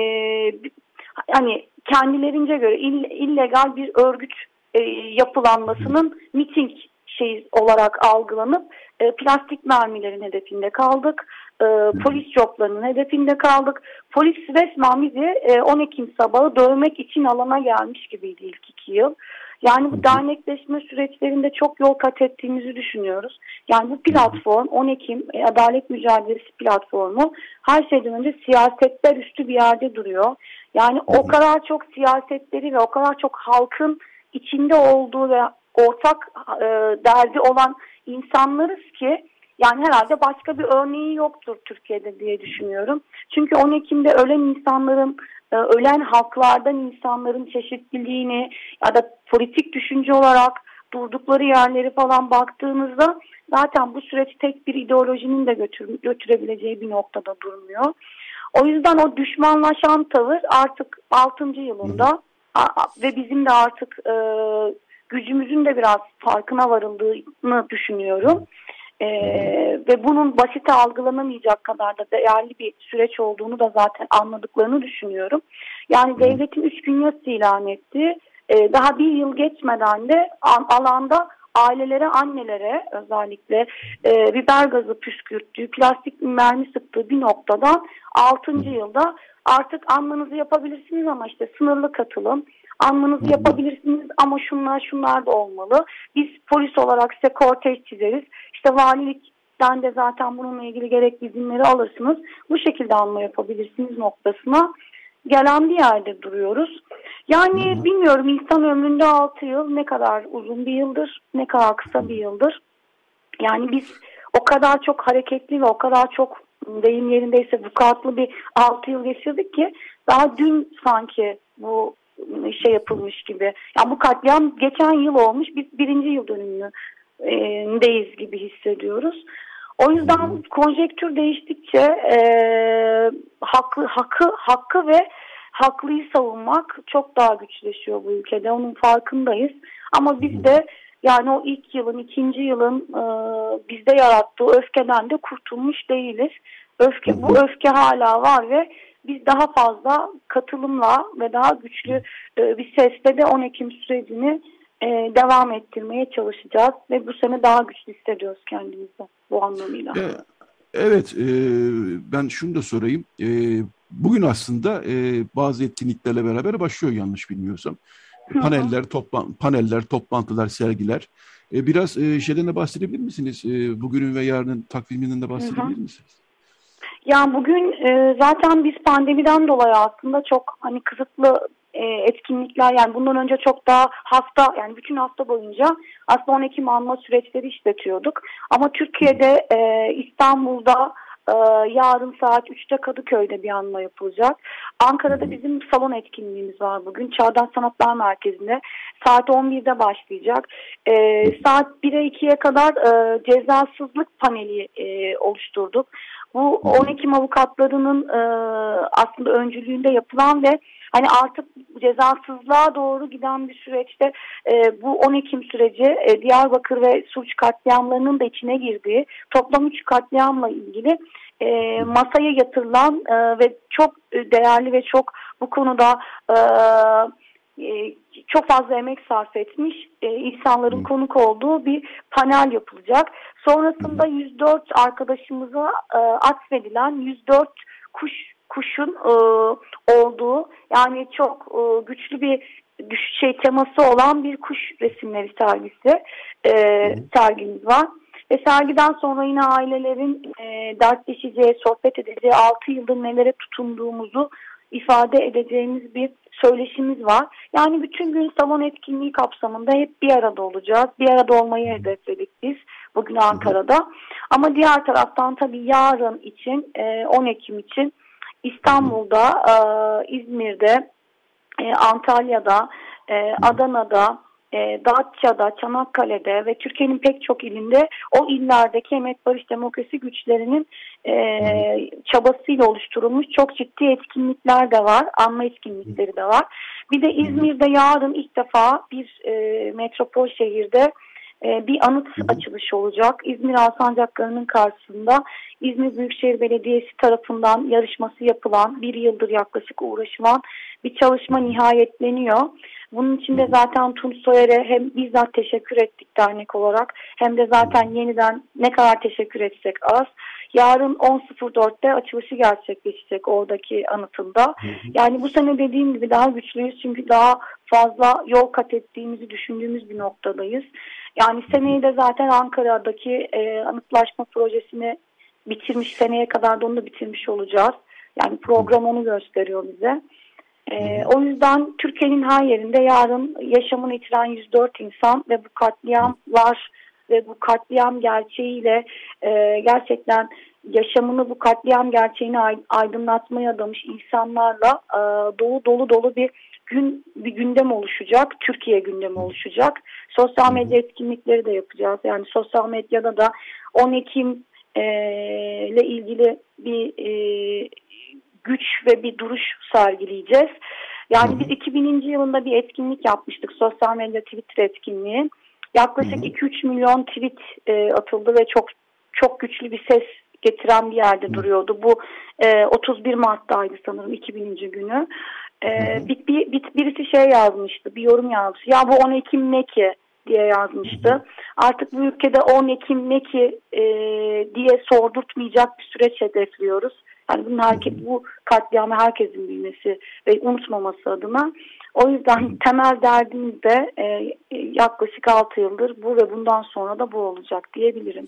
[SPEAKER 4] hani kendilerince göre ill, illegal bir örgüt e, yapılanmasının miting şey olarak algılanıp e, plastik mermilerin hedefinde kaldık. E, polis joplarının hedefinde kaldık. Polis resmen bizi e, on Ekim sabahı dövmek için alana gelmiş gibiydi ilk iki yıl. Yani bu dernekleşme süreçlerinde çok yol kat ettiğimizi düşünüyoruz. Yani bu platform on Ekim e, Adalet Mücadelesi platformu her şeyden önce siyasetler üstü bir yerde duruyor. Yani o kadar çok siyasetleri ve o kadar çok halkın içinde olduğu ve ortak e, derdi olan insanlarız ki yani herhalde başka bir örneği yoktur Türkiye'de diye düşünüyorum. Çünkü on Ekim'de ölen insanların, e, ölen halklardan insanların çeşitliliğini ya da politik düşünce olarak durdukları yerleri falan baktığınızda zaten bu süreç tek bir ideolojinin de götür, götürebileceği bir noktada durmuyor. O yüzden o düşmanlaşan tavır artık altıncı yılında ve bizim de artık e, gücümüzün de biraz farkına varıldığını düşünüyorum. Ee, ve bunun basite algılanamayacak kadar da değerli bir süreç olduğunu da zaten anladıklarını düşünüyorum. Yani devletin üç gün yas ilan etti. Ee, daha bir yıl geçmeden de alanda ailelere, annelere özellikle e, biber gazı püskürttüğü, plastik mermi sıktığı bir noktadan altıncı yılda artık anmanızı yapabilirsiniz ama işte sınırlı katılım, anmanızı yapabilirsiniz ama şunlar şunlar da olmalı. Biz polis olarak size kortej çizeriz. İşte valilikten de zaten bununla ilgili gerekli izinleri alırsınız. Bu şekilde anma yapabilirsiniz noktasına gelen bir yerde duruyoruz. Yani hmm. bilmiyorum, insan ömründe altı yıl ne kadar uzun bir yıldır, ne kadar kısa bir yıldır. Yani biz o kadar çok hareketli ve o kadar çok, deyim yerindeyse vukuatlı bir altı yıl geçirdik ki daha dün sanki bu şey yapılmış gibi. Yani bu katliam geçen yıl olmuş, biz birinci yıl dönümündeyiz gibi hissediyoruz. O yüzden konjektür değiştikçe e, hakkı, hakkı, hakkı ve haklıyı savunmak çok daha güçleşiyor bu ülkede. Onun farkındayız. Ama biz de yani o ilk yılın, ikinci yılın e, bizde yarattığı öfkeden de kurtulmuş değiliz. Öfke, bu öfke hala var ve biz daha fazla katılımla ve daha güçlü e, bir sesle de on Ekim sürecini e, devam ettirmeye çalışacağız ve bu sene daha güçlü hissediyoruz kendimizi bu anlamıyla.
[SPEAKER 2] Evet, e, ben şunu da sorayım. E, bugün aslında e, bazı etkinliklerle beraber başlıyor yanlış bilmiyorsam. Hı hı. Paneller, toplan, paneller, toplantılar, sergiler. E, biraz e, şeyden de bahsedebilir misiniz? E, bugünün ve yarının takviminden de bahsedebilir hı hı. misiniz?
[SPEAKER 4] Yani bugün e, zaten biz pandemiden dolayı aslında çok hani kısıtlı e, etkinlikler, yani bundan önce çok daha hafta, yani bütün hafta boyunca aslında on Ekim anma süreçleri işletiyorduk. Ama Türkiye'de e, İstanbul'da e, yarın saat üçte Kadıköy'de bir anma yapılacak. Ankara'da bizim salon etkinliğimiz var bugün. Çağdaş Sanatlar Merkezi'nde saat on birde başlayacak. E, saat bire ikiye kadar e, cezasızlık paneli e, oluşturduk. Bu on Ekim avukatlarının e, aslında öncülüğünde yapılan ve hani artık cezasızlığa doğru giden bir süreçte e, bu on Ekim süreci e, Diyarbakır ve Suruç katliamlarının da içine girdiği toplam üç katliamla ilgili e, masaya yatırılan e, ve çok değerli ve çok bu konuda e, e, çok fazla emek sarf etmiş e, insanların konuk olduğu bir panel yapılacak. Sonrasında yüz dört arkadaşımıza e, atfedilen yüz dört kuş kuşun e, olduğu, yani çok e, güçlü bir şey teması olan bir kuş resimleri sergisi e, sergimiz var. Ve sergiden sonra yine ailelerin e, dertleşeceği, sohbet edeceği, altı yıldır nelere tutunduğumuzu ifade edeceğimiz bir söyleşimiz var. Yani bütün gün salon etkinliği kapsamında hep bir arada olacağız. Bir arada olmayı hedefledik biz bugün Ankara'da. Ama diğer taraftan tabii yarın için, on Ekim için İstanbul'da, İzmir'de, Antalya'da, Adana'da, Datça'da, Çanakkale'de ve Türkiye'nin pek çok ilinde o illerdeki emek, barış, demokrasi güçlerinin e, çabasıyla oluşturulmuş çok ciddi etkinlikler de var. Anma etkinlikleri de var. Bir de İzmir'de yarın ilk defa bir e, metropol şehirde e, bir anıt açılışı olacak. İzmir Alsancakları'nın karşısında İzmir Büyükşehir Belediyesi tarafından yarışması yapılan, bir yıldır yaklaşık uğraşılan bir çalışma nihayetleniyor. Bunun için de zaten Tunç Soyer'e hem bizzat teşekkür ettik dernek olarak, hem de zaten yeniden ne kadar teşekkür etsek az. Yarın on sıfır dörtte açılışı gerçekleşecek oradaki anıtında. Yani bu sene dediğim gibi daha güçlüyüz çünkü daha fazla yol kat ettiğimizi düşündüğümüz bir noktadayız. Yani seneye de zaten Ankara'daki e, anıtlaşma projesini bitirmiş, seneye kadar da onu da bitirmiş olacağız. Yani program onu gösteriyor bize. Ee, o yüzden Türkiye'nin her yerinde yarın yaşamını yitiren yüz dört insan ve bu katliamlar ve bu katliam gerçeğiyle e, gerçekten yaşamını bu katliam gerçeğini aydınlatmaya adamış insanlarla e, dolu dolu dolu bir gün bir gündem oluşacak. Türkiye gündemi oluşacak. Sosyal medya etkinlikleri de yapacağız. Yani sosyal medyada da on Ekim e, ile ilgili bir e, güç ve bir duruş sergileyeceğiz. Yani biz iki bininci yılında bir etkinlik yapmıştık. Sosyal medya Twitter etkinliği. Yaklaşık iki üç milyon tweet e, atıldı ve çok çok güçlü bir ses getiren bir yerde duruyordu. Bu e, otuz bir Mart'taydı sanırım iki bininci günü. E, bir, bir, bir, birisi şey yazmıştı, bir yorum yazmış. Ya bu on Ekim ne ki? diye yazmıştı. Artık bu ülkede on Ekim ne ki e, diye sordurtmayacak bir süreç hedefliyoruz. Yani bunun herkes, bu katliamı herkesin bilmesi ve unutmaması adına. O yüzden temel derdimiz de e, yaklaşık altı yıldır bu ve bundan sonra da bu olacak diyebilirim.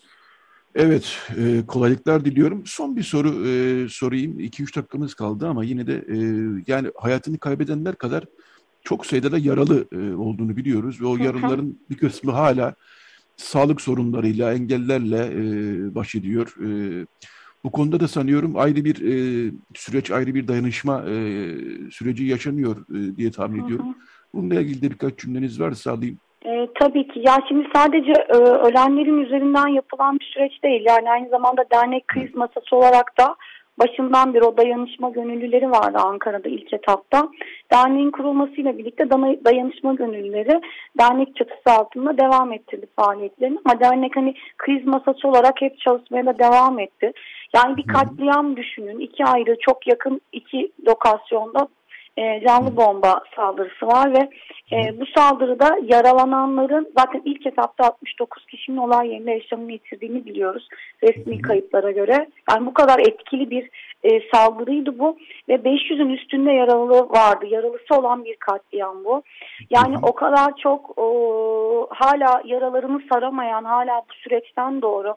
[SPEAKER 2] Evet, e, kolaylıklar diliyorum. Son bir soru e, sorayım. iki üç dakikamız kaldı ama yine de e, yani hayatını kaybedenler kadar çok sayıda da yaralı e, olduğunu biliyoruz ve o yaralıların bir kısmı hala sağlık sorunlarıyla, engellerle e, baş ediyor. E, bu konuda da sanıyorum ayrı bir e, süreç, ayrı bir dayanışma e, süreci yaşanıyor e, diye tahmin ediyorum. Bununla ilgili de birkaç cümleniz varsa alayım.
[SPEAKER 4] E, tabii ki. Ya şimdi sadece e, ölenlerin üzerinden yapılan bir süreç değil. Yani aynı zamanda dernek kriz masası olarak da başından beri o dayanışma gönüllüleri vardı Ankara'da ilk etapta. Derneğin kurulmasıyla birlikte dayanışma gönüllüleri dernek çatısı altında devam ettirdi faaliyetlerini. Ama dernek hani kriz masası olarak hep çalışmaya da devam etti. Yani bir katliam düşünün. İki ayrı çok yakın iki lokasyonda E, canlı bomba saldırısı var ve e, bu saldırıda yaralananların zaten ilk etapta altmış dokuz kişinin olay yerinde yaşamını yitirdiğini biliyoruz resmi kayıtlara göre. Yani bu kadar etkili bir e, saldırıydı bu ve beş yüzün üstünde yaralı vardı. Yaralısı olan bir katliam bu. Yani o kadar çok o, hala yaralarını saramayan, hala bu süreçten doğru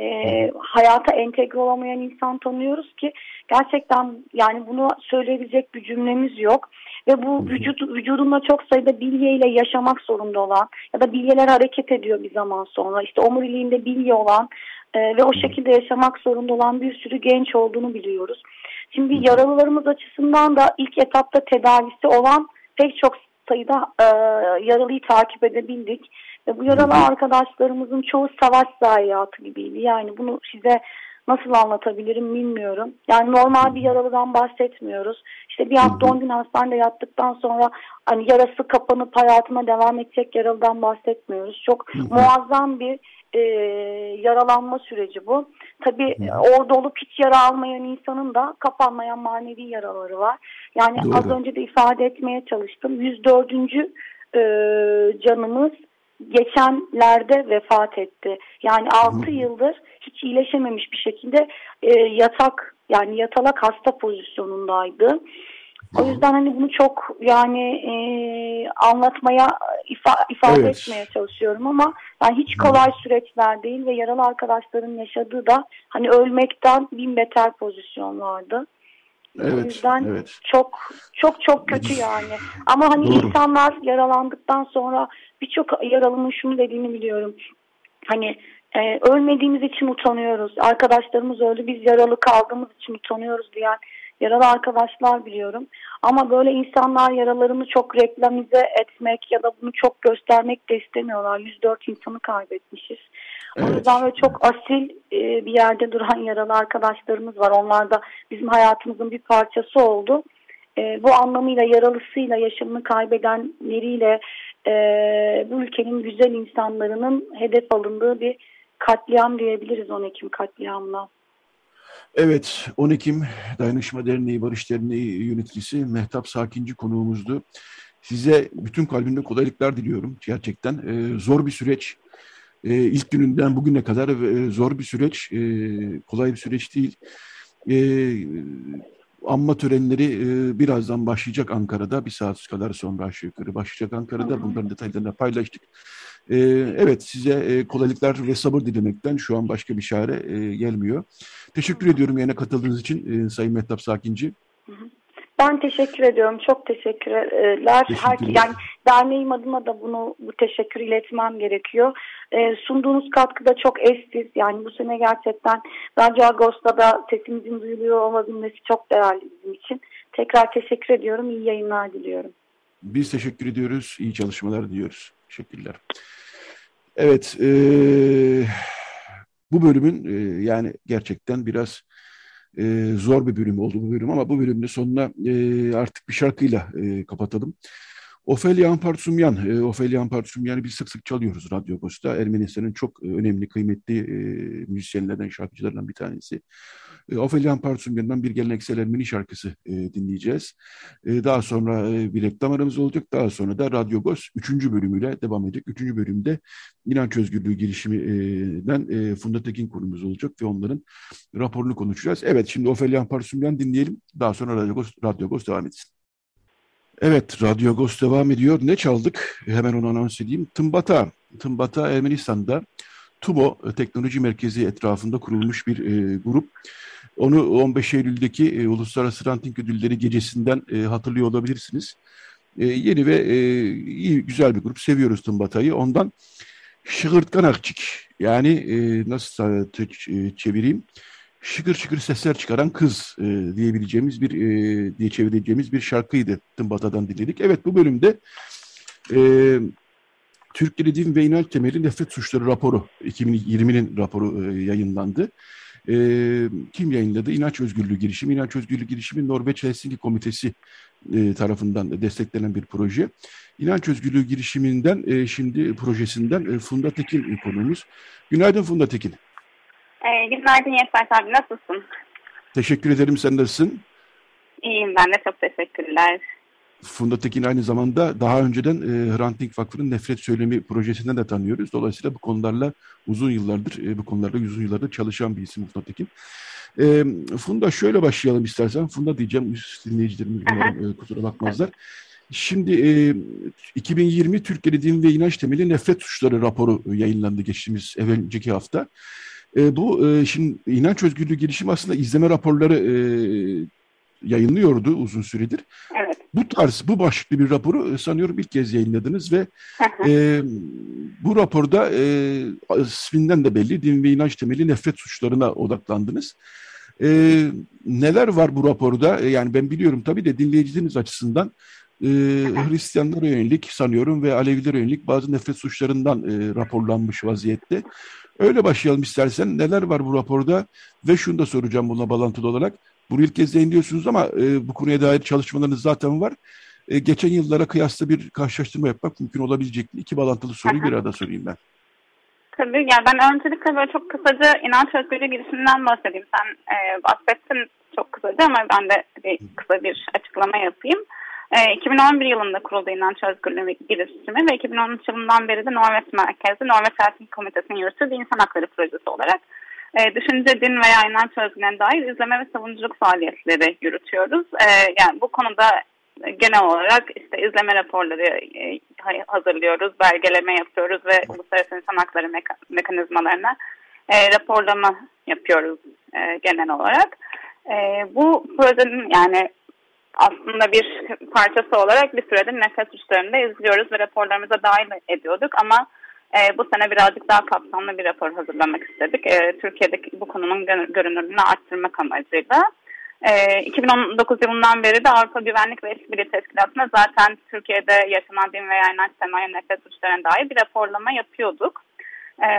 [SPEAKER 4] E, hayata entegre olamayan insan tanıyoruz ki gerçekten yani bunu söyleyebilecek bir cümlemiz yok ve bu vücut, vücudunda çok sayıda bilyeyle yaşamak zorunda olan ya da bilyeler hareket ediyor bir zaman sonra işte omuriliğinde bilye olan e, ve o şekilde yaşamak zorunda olan bir sürü genç olduğunu biliyoruz. Şimdi yaralılarımız açısından da ilk etapta tedavisi olan pek çok sayıda e, yaralıyı takip edebildik. Ve bu yaralı arkadaşlarımızın çoğu savaş zayiatı gibiydi. Yani bunu size nasıl anlatabilirim bilmiyorum. Yani normal bir yaralıdan bahsetmiyoruz. İşte bir hafta on gün hastanede yattıktan sonra hani yarası kapanıp hayatına devam edecek yaralıdan bahsetmiyoruz. Çok muazzam bir e, yaralanma süreci bu. Tabii orada olup hiç yara almayan insanın da kapanmayan manevi yaraları var. Yani Doğru. az önce de ifade etmeye çalıştım. yüz dördüncü E, canımız geçenlerde vefat etti. Yani altı yıldır hiç iyileşememiş bir şekilde e, yatak yani yatalak hasta pozisyonundaydı. O yüzden hani bunu çok yani e, anlatmaya ifa, ifade evet. etmeye çalışıyorum ama yani hiç kolay süreçler değil ve yaralı arkadaşların yaşadığı da hani ölmekten bin beter pozisyonlardı. Evet, o yüzden evet. çok çok çok kötü yani. Ama hani Doğru. insanlar yaralandıktan sonra birçok yaralının şunu dediğini biliyorum. Hani e, ölmediğimiz için utanıyoruz. Arkadaşlarımız öldü, biz yaralı kaldığımız için utanıyoruz diyen yaralı arkadaşlar biliyorum. Ama böyle insanlar yaralarını çok reklamize etmek ya da bunu çok göstermek de istemiyorlar. yüz dört insanı kaybetmişiz. Evet. O yüzden böyle çok asil e, bir yerde duran yaralı arkadaşlarımız var. Onlar da bizim hayatımızın bir parçası oldu. E, bu anlamıyla yaralısıyla, yaşamını kaybedenleriyle e, bu ülkenin güzel insanlarının hedef alındığı bir katliam diyebiliriz on Ekim katliamına.
[SPEAKER 2] Evet, on Ekim Dayanışma Derneği, Barış Derneği yöneticisi Mehtap Sakinci konuğumuzdu. Size bütün kalbimle kolaylıklar diliyorum. Gerçekten e, zor bir süreç. E, ilk gününden bugüne kadar e, zor bir süreç. E, kolay bir süreç değil. E, anma törenleri e, birazdan başlayacak Ankara'da. Bir saat kadar sonra aşağı yukarı başlayacak Ankara'da. Bunların detaylarını paylaştık. E, evet, size e, kolaylıklar ve sabır dilemekten şu an başka bir çare e, gelmiyor. Teşekkür ediyorum yine katıldığınız için e, Sayın Mehtap Sakinci.
[SPEAKER 4] Ben teşekkür ediyorum. Çok teşekkürler. Her, yani derneğim adına da bunu bu teşekkür iletmem gerekiyor. E, sunduğunuz katkı da çok eşsiz. Yani bu sene gerçekten Radyo Agos'ta da sesimizin duyuluyor olabilmesi çok değerli bizim için. Tekrar teşekkür ediyorum. İyi yayınlar diliyorum.
[SPEAKER 2] Biz teşekkür ediyoruz. İyi çalışmalar diliyoruz. Teşekkürler. Evet. E, bu bölümün e, yani gerçekten biraz Ee, zor bir bölüm oldu bu bölüm ama bu bölümün sonuna e, artık bir şarkıyla e, kapatalım. Ofelia Ampartsumyan, e, Ofelia Ampartsumyan'ı biz sık sık çalıyoruz Radyo Agos'ta. Ermenistan'ın çok e, önemli, kıymetli e, müzisyenlerden, şarkıcılarından bir tanesi. E, Ofelia Parsumyan'dan bir geleneksel Ermeni şarkısı e, dinleyeceğiz. E, daha sonra e, bir reklam aramız olacak. Daha sonra da Radyo Agos üçüncü bölümüyle devam edecek. üçüncü bölümde inanç özgürlüğü girişiminden e, Funda Tekin konumuz olacak ve onların raporunu konuşacağız. Evet, şimdi Ofelia Parsumyan dinleyelim. Daha sonra Radyo Agos, Radyo Agos devam etsin. Evet, Radyo Agos devam ediyor. Ne çaldık? Hemen onu anons edeyim. Tımbata. Tımbata Ermenistan'da TUBO Teknoloji Merkezi etrafında kurulmuş bir e, grup. Onu on beş Eylül'deki e, Uluslararası Ranting Ödülleri gecesinden e, hatırlıyor olabilirsiniz. E, yeni ve e, iyi, güzel bir grup. Seviyoruz Tımbata'yı. Ondan Şıgırtkanakçık, yani e, nasıl e, çevireyim? Şıkır şıkır sesler çıkaran kız e, diyebileceğimiz bir e, diye çevireceğimiz bir şarkıydı. Tımbata'dan dinledik. Evet, bu bölümde e, Türkiye'de din ve inanç temeli nefret suçları raporu, iki bin yirminin raporu e, yayınlandı. E, kim yayınladı? İnanç Özgürlüğü Girişimi. İnanç Özgürlüğü Girişimi Norveç Helsinki Komitesi e, tarafından desteklenen bir proje. İnanç Özgürlüğü Girişiminden e, şimdi projesinden e, Funda Tekin konuğumuz. Günaydın Funda Tekin.
[SPEAKER 5] E, günaydın Yetver abi, nasılsın?
[SPEAKER 2] Teşekkür ederim, sen nasılsın?
[SPEAKER 5] İyiyim ben de, çok teşekkürler.
[SPEAKER 2] Funda Tekin aynı zamanda daha önceden e, Hrant Dink Vakfı'nın Nefret Söylemi projesinden de tanıyoruz. Dolayısıyla bu konularla uzun yıllardır e, bu konularla uzun yıllardır çalışan bir isim Funda Tekin. E, Funda, şöyle başlayalım istersen. Funda diyeceğim, dinleyicilerimiz umarım e, kusura bakmazlar. Şimdi e, iki bin yirmi Türkiye'de din ve inanç temeli nefret suçları raporu yayınlandı geçtiğimiz önceki hafta. E, bu e, şimdi inanç özgürlüğü girişimi aslında izleme raporları e, yayınlıyordu uzun süredir.
[SPEAKER 5] Evet.
[SPEAKER 2] Bu tarz, bu başlıklı bir raporu sanıyorum ilk kez yayınladınız ve e, bu raporda e, isminden de belli, din ve inanç temeli nefret suçlarına odaklandınız. E, neler var bu raporda? E, yani ben biliyorum tabii de dinleyicileriniz açısından e, Hristiyanlara yönelik sanıyorum ve Alevilere yönelik bazı nefret suçlarından e, raporlanmış vaziyette. Öyle başlayalım istersen. Neler var bu raporda? Ve şunu da soracağım bununla bağlantılı olarak. Bunu ilk kez yayınlıyorsunuz ama e, bu konuya dair çalışmalarınız zaten var. E, geçen yıllara kıyasla bir karşılaştırma yapmak mümkün olabilecek mi? İki bağlantılı soruyu bir arada sorayım ben.
[SPEAKER 5] Tabii, yani ben öncelikle böyle çok kısaca inanç özgürlüğü girişiminden bahsedeyim. Sen e, bahsettin çok kısaca ama ben de bir, kısa bir açıklama yapayım. E, iki bin on bir yılında kuruldu İnanç Özgürlüğü Girişimi ve iki bin on üç yılından beri de Norveç merkezli Norveç Helsinki Komitesi'nin yürüttüğü bir insan hakları projesi olarak e, düşünce, din veya inanç özgürlüğüne dair izleme ve savunuculuk faaliyetleri yürütüyoruz. E, yani bu konuda genel olarak işte izleme raporları e, hazırlıyoruz, belgeleme yapıyoruz ve uluslararası insan hakları meka- mekanizmalarına e, raporlama yapıyoruz e, genel olarak. E, bu projenin yani aslında bir parçası olarak bir süredir nefret suçlarını da izliyoruz ve raporlarımıza dahil ediyorduk ama e, bu sene birazcık daha kapsamlı bir rapor hazırlamak istedik. E, Türkiye'deki bu konunun görünürlüğünü arttırmak amacıyla. E, iki bin on dokuz yılından beri de Avrupa Güvenlik ve İşbirliği Teşkilatı'na zaten Türkiye'de yaşanan din veya inanç temelli nefret suçlarına dair bir raporlama yapıyorduk. E,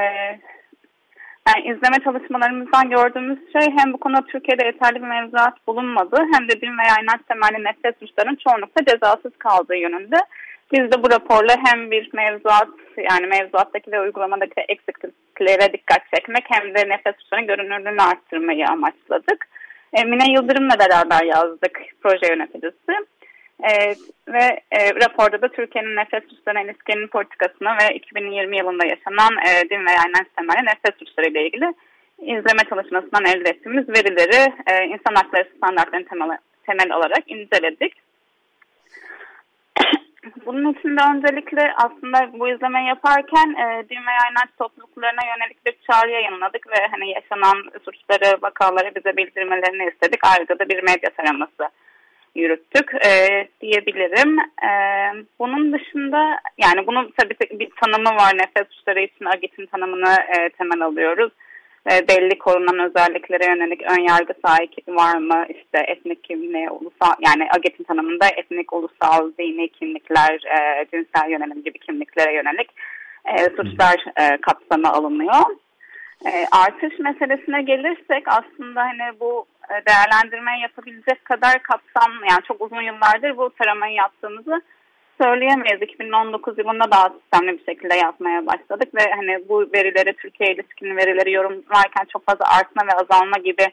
[SPEAKER 5] Yani izleme çalışmalarımızdan gördüğümüz şey hem bu konuda Türkiye'de yeterli bir mevzuat bulunmadı hem de din veya inanç temelli nefret suçlarının çoğunlukla cezasız kaldığı yönünde. Biz de bu raporla hem bir mevzuat, yani mevzuattaki ve uygulamadaki eksikliklere dikkat çekmek hem de nefret suçlarının görünürlüğünü arttırmayı amaçladık. E, Mine Yıldırım'la beraber yazdık, proje yöneticisi. Ee, ve e, raporda da Türkiye'nin nefret suçlarına ilişkin politikasını ve iki bin yirmi yılında yaşanan e, din veya inanç temelli nefret suçları ile ilgili izleme çalışmasından elde ettiğimiz verileri e, insan hakları standartlarını temel, temel olarak inceledik. Bunun için de öncelikle aslında bu izlemeyi yaparken e, din veya inanç topluluklarına yönelik bir çağrı yayınladık ve hani yaşanan suçları, vakaları bize bildirmelerini istedik. Ayrıca da bir medya taraması yürüttük e, diyebilirim. E, bunun dışında yani bunun tabii bir tanımı var. Nefret suçları için A G İT'in tanımını e, temel alıyoruz. E, belli korunan özelliklere yönelik ön yargı sahibi var mı? İşte etnik kimliği, ulusal, yani A G İT'in tanımında etnik, ulusal, dini kimlikler, e, cinsel yönelim gibi kimliklere yönelik e, suçlar e, kapsamı alınıyor. E, artış meselesine gelirsek aslında hani bu değerlendirmeyi yapabilecek kadar kapsamlı, yani çok uzun yıllardır bu taramayı yaptığımızı söyleyemeyiz. iki bin on dokuz yılında daha sistemli bir şekilde yapmaya başladık ve hani bu verileri, Türkiye ilişkin verileri yorumlarken çok fazla artma ve azalma gibi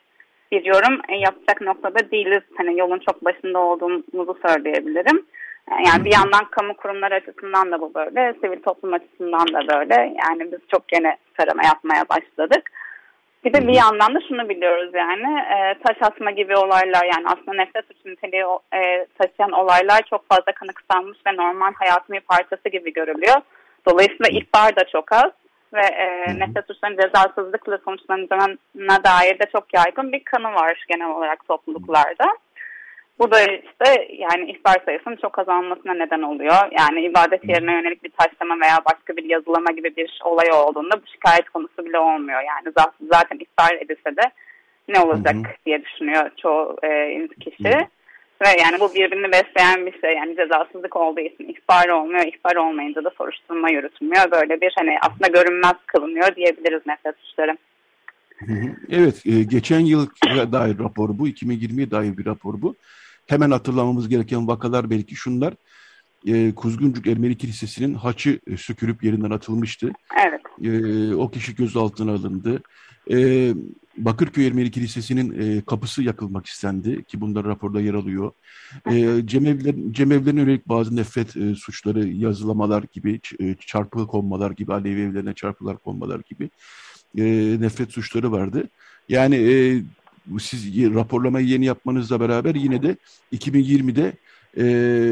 [SPEAKER 5] bir yorum e, yapacak noktada değiliz. Hani yolun çok başında olduğumuzu söyleyebilirim. Yani bir yandan kamu kurumları açısından da bu böyle, sivil toplum açısından da böyle. Yani biz çok yeni tarama yapmaya başladık. Bir de bir yandan da şunu biliyoruz yani e, taş atma gibi olaylar, yani aslında nefret suçu niteliği e, taşıyan olaylar çok fazla kanıksanmış ve normal hayatın bir parçası gibi görülüyor. Dolayısıyla ihbar da çok az ve e, nefret suçlarının cezasızlıkla sonuçlanacağına dair de çok yaygın bir kanı var genel olarak topluluklarda. Bu da işte yani ihbar sayısının çok azalmasına neden oluyor. Yani ibadet yerine yönelik bir taşlama veya başka bir yazılama gibi bir olay olduğunda bu şikayet konusu bile olmuyor. Yani zaten ihbar edilse de ne olacak hı hı. diye düşünüyor çoğu e, kişi. Hı hı. Ve yani bu birbirini besleyen bir şey. Yani cezasızlık olduğu için ihbar olmuyor. İhbar olmayınca da soruşturma yürütülmüyor. Böyle bir hani aslında görünmez kılınıyor diyebiliriz nefret suçları.
[SPEAKER 2] Evet, geçen yıl dair rapor bu. iki bin yirmiye dair bir rapor bu. Hemen hatırlamamız gereken vakalar belki şunlar. E, Kuzguncuk Ermeni Kilisesi'nin haçı e, sökülüp yerinden atılmıştı.
[SPEAKER 5] Evet.
[SPEAKER 2] E, o kişi gözaltına alındı. E, Bakırköy Ermeni Kilisesi'nin e, kapısı yakılmak istendi ki bunlar raporda yer alıyor. E, cemevler, cemevlerine yönelik bazı nefret e, suçları, yazılamalar gibi, e, çarpı konmalar gibi, Alevi evlerine çarpılar konmalar gibi e, nefret suçları vardı. Yani e, siz raporlamayı yeni yapmanızla beraber yine de iki bin yirmide e,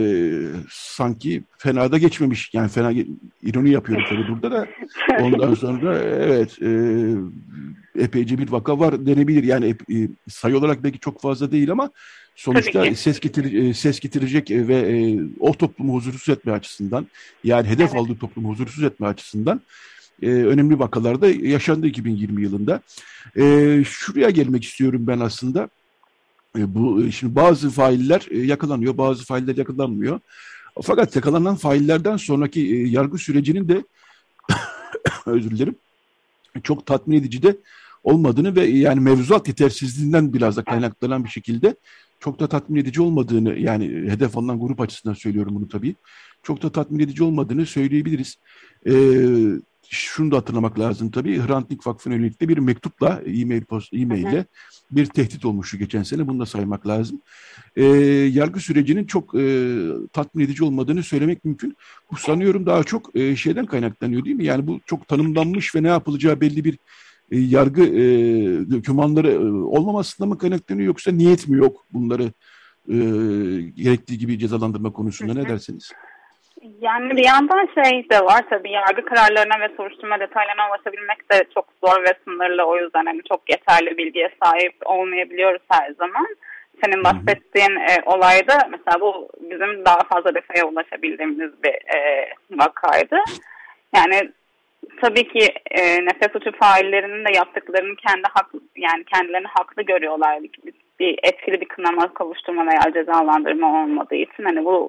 [SPEAKER 2] sanki fena da geçmemiş. Yani fena, ironi yapıyorum tabii burada da. Ondan sonra evet e, epeyce bir vaka var denebilir. Yani e, sayı olarak belki çok fazla değil ama sonuçta ses getir ses getirecek ve e, o toplumu huzursuz etme açısından, yani hedef evet. aldığı toplumu huzursuz etme açısından Ee, önemli vakalarda yaşandı iki bin yirmi yılında. Ee, şuraya gelmek istiyorum ben aslında. Ee, bu şimdi bazı failler e, yakalanıyor, bazı failler yakalanmıyor. Fakat yakalanan faillerden sonraki e, yargı sürecinin de özür dilerim çok tatmin edici de olmadığını ve yani mevzuat yetersizliğinden biraz da kaynaklanan bir şekilde çok da tatmin edici olmadığını, yani hedef alınan grup açısından söylüyorum bunu tabii, çok da tatmin edici olmadığını söyleyebiliriz. Ee, Şunu da hatırlamak lazım tabii. Hrant Dink Vakfı'na yönelik de bir mektupla, e-mail, post, e-maille bir tehdit olmuştu geçen sene. Bunu da saymak lazım. Ee, yargı sürecinin çok e, tatmin edici olmadığını söylemek mümkün. Bu sanıyorum daha çok e, şeyden kaynaklanıyor değil mi? Yani bu çok tanımlanmış ve ne yapılacağı belli bir e, yargı e, dokümanları e, olmamasından mı kaynaklanıyor, yoksa niyet mi yok bunları e, gerektiği gibi cezalandırma konusunda, ne dersiniz?
[SPEAKER 5] Yani bir yandan şey de var tabii, yargı kararlarına ve soruşturma detaylarına ulaşabilmek de çok zor ve sınırlı. O yüzden hani çok yeterli bilgiye sahip olmayabiliyoruz her zaman. Senin bahsettiğin e, olayda mesela bu bizim daha fazla detaya ulaşabildiğimiz bir e, vakaydı. Yani tabii ki e, nefret suçu faillerinin de yaptıklarını kendi hak, yani kendilerini haklı görüyorlar. Bir, bir etkili bir kınama, kavuşturma veya cezalandırma olmadığı için hani bu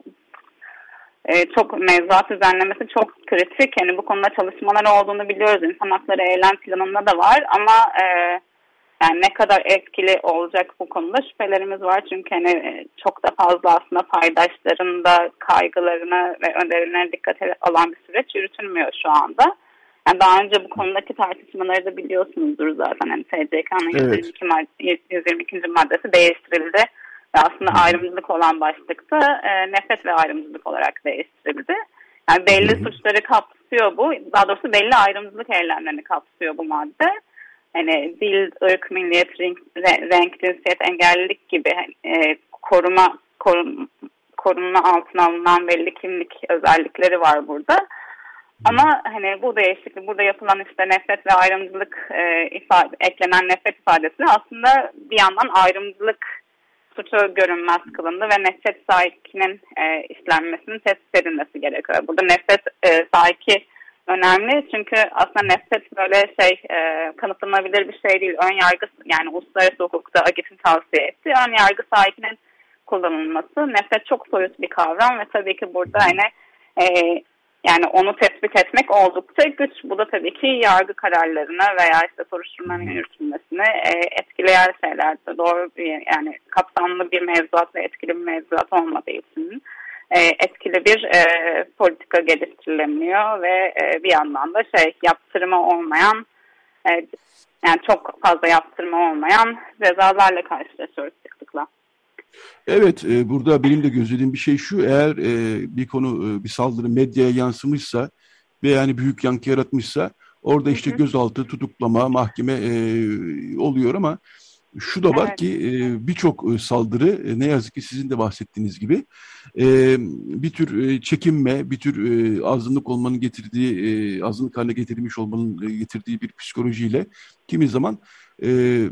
[SPEAKER 5] Ee, çok mevzuat düzenlemesi çok kritik. Yani bu konuda çalışmalar olduğunu biliyoruz. İnsan hakları eylem planında da var ama e, yani ne kadar etkili olacak bu konuda şüphelerimiz var. Çünkü hani çok da fazla aslında paydaşların da kaygılarını ve önerilerine dikkate alan bir süreç yürütülmüyor şu anda. Yani daha önce bu konudaki tartışmaları da biliyorsunuzdur zaten. Yani S C K'nın evet. yüz yirmi ikinci maddesi değiştirildi. Ve aslında ayrımcılık olan başlıkta e, nefret ve ayrımcılık olarak değiştirildi. Yani belli hı hı. suçları kapsıyor bu. Daha doğrusu belli ayrımcılık eylemlerini kapsıyor bu madde. Yani dil, ırk, milliyet, renk, renk cinsiyet, engellilik gibi e, koruma korum, korunma altına alınan belli kimlik özellikleri var burada. Hı. Ama hani bu değişiklik, burada yapılan işte nefret ve ayrımcılık e, ifade, eklenen nefret ifadesi aslında bir yandan ayrımcılık suçu görünmez kılındı ve nefret sahikinin e, işlenmesinin tespit edilmesi gerekiyor. Burada nefret e, sahiki önemli çünkü aslında nefret böyle şey e, kanıtlanabilir bir şey değil. Ön yargı, yani uluslararası hukukta A G İP'in tavsiye ettiği ön yargı sahikinin kullanılması. Nefret çok soyut bir kavram ve tabii ki burada hani e, yani onu tespit etmek oldukça güç. Bu da tabii ki yargı kararlarına veya işte soruşturmanın yürütülmesini e, etkileyen şeyler. Doğru bir, yani kapsamlı bir mevzuat ve etkili bir mevzuat olmadığı için e, etkili bir e, politika geliştirilemiyor ve e, bir yandan da şey yaptırımı olmayan e, yani çok fazla yaptırma olmayan cezalarla karşılaşıyoruz sıklıkla.
[SPEAKER 2] Evet, e, burada benim de gözlediğim bir şey şu: eğer e, bir konu, e, bir saldırı medyaya yansımışsa ve yani büyük yankı yaratmışsa orada işte
[SPEAKER 5] Hı hı.
[SPEAKER 2] gözaltı, tutuklama, mahkeme e, oluyor ama şu da var
[SPEAKER 5] Evet.
[SPEAKER 2] ki e, birçok e, saldırı e, ne yazık ki sizin de bahsettiğiniz gibi e, bir tür e, çekinme, bir tür e, azınlık olmanın getirdiği, e, azınlık haline getirilmiş olmanın e, getirdiği bir psikolojiyle kimi zaman e,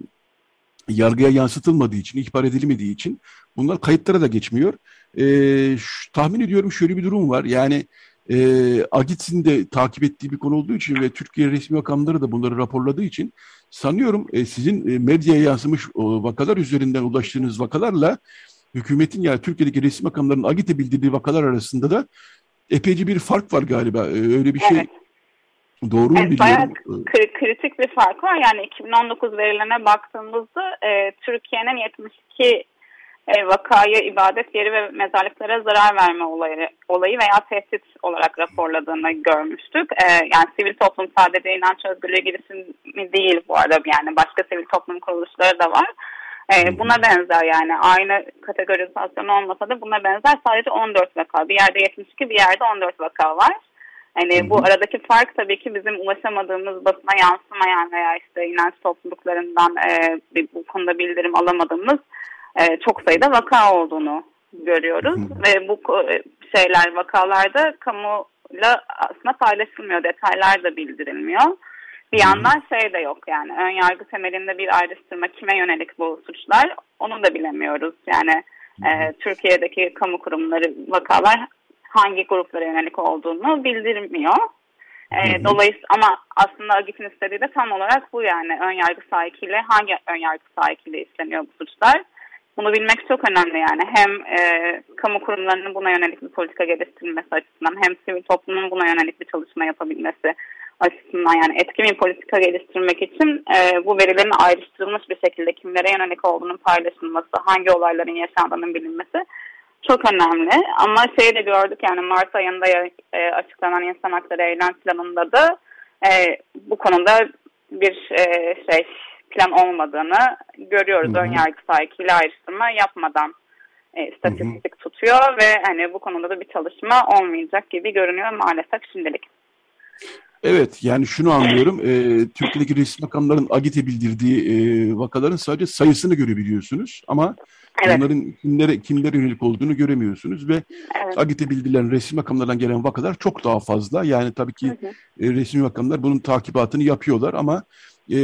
[SPEAKER 2] yargıya yansıtılmadığı için, ihbar edilmediği için bunlar kayıtlara da geçmiyor. E, şu, tahmin ediyorum şöyle bir durum var. Yani e, Agit'in de takip ettiği bir konu olduğu için ve Türkiye resmi makamları da bunları raporladığı için sanıyorum e, sizin e, medyaya yansımış o, vakalar üzerinden ulaştığınız vakalarla hükümetin, yani Türkiye'deki resmi makamların Agit'e bildirdiği vakalar arasında da epeyce bir fark var galiba. E, öyle bir şey
[SPEAKER 5] Evet.
[SPEAKER 2] doğru mu
[SPEAKER 5] Evet, bayağı
[SPEAKER 2] biliyorum?
[SPEAKER 5] kri- kritik bir fark var. Yani iki bin on dokuz verilerine baktığımızda e, Türkiye'nin yetmiş iki e, vakaya ibadet yeri ve mezarlıklara zarar verme olayı, olayı veya tehdit olarak raporladığını görmüştük. E, yani sivil toplum sadece inanç özgürlüğü girişimi değil bu arada, yani başka sivil toplum kuruluşları da var. E, buna benzer, yani aynı kategorizasyon olmasa da buna benzer sadece on dört vaka. Bir yerde yetmiş iki, bir yerde on dört vaka var. Yani bu aradaki fark tabii ki bizim ulaşamadığımız, basına yansımayan veya işte inanç topluluklarından e, bir, bu konuda bildirim alamadığımız e, çok sayıda vaka olduğunu görüyoruz. Ve bu şeyler, vakalarda kamuyla aslında paylaşılmıyor, detaylar da bildirilmiyor. Bir yandan şey de yok, yani ön yargı temelinde bir ayrıştırma, kime yönelik bu suçlar onu da bilemiyoruz. Yani e, Türkiye'deki kamu kurumları vakalar hangi gruplara yönelik olduğunu bildirmiyor. E, dolayısıyla ama aslında Agit'in istediği de tam olarak bu, yani ön yargı sahikiyle, hangi ön yargı sahikiyle işleniyor bu suçlar. Bunu bilmek çok önemli yani. Hem e, kamu kurumlarının buna yönelik bir politika geliştirilmesi açısından, hem sivil toplumun buna yönelik bir çalışma yapabilmesi açısından, yani etkin bir politika geliştirmek için e, bu verilerin ayrıştırılmış bir şekilde kimlere yönelik olduğunun paylaşılması, hangi olayların yaşandığının bilinmesi çok önemli. Ama şeyi de gördük, yani Mart ayında e, açıklanan insan hakları eylem planında da e, bu konuda bir e, şey plan olmadığını görüyoruz. Hı hı. Ön yargı sahikiyle ayrıştırma yapmadan e, istatistik hı hı. tutuyor ve hani bu konuda da bir çalışma olmayacak gibi görünüyor maalesef şimdilik.
[SPEAKER 2] Evet, yani şunu anlıyorum. E, Türkiye'deki resmi makamların Agit'e bildirdiği e, vakaların sadece sayısını görebiliyorsunuz ama evet, bunların kimlere, kimlere yönelik olduğunu göremiyorsunuz ve evet, Agit'e bildirilen resmi makamlardan gelen vakalar çok daha fazla. Yani tabii ki hı hı. E, resmi makamlar bunun takibatını yapıyorlar ama e,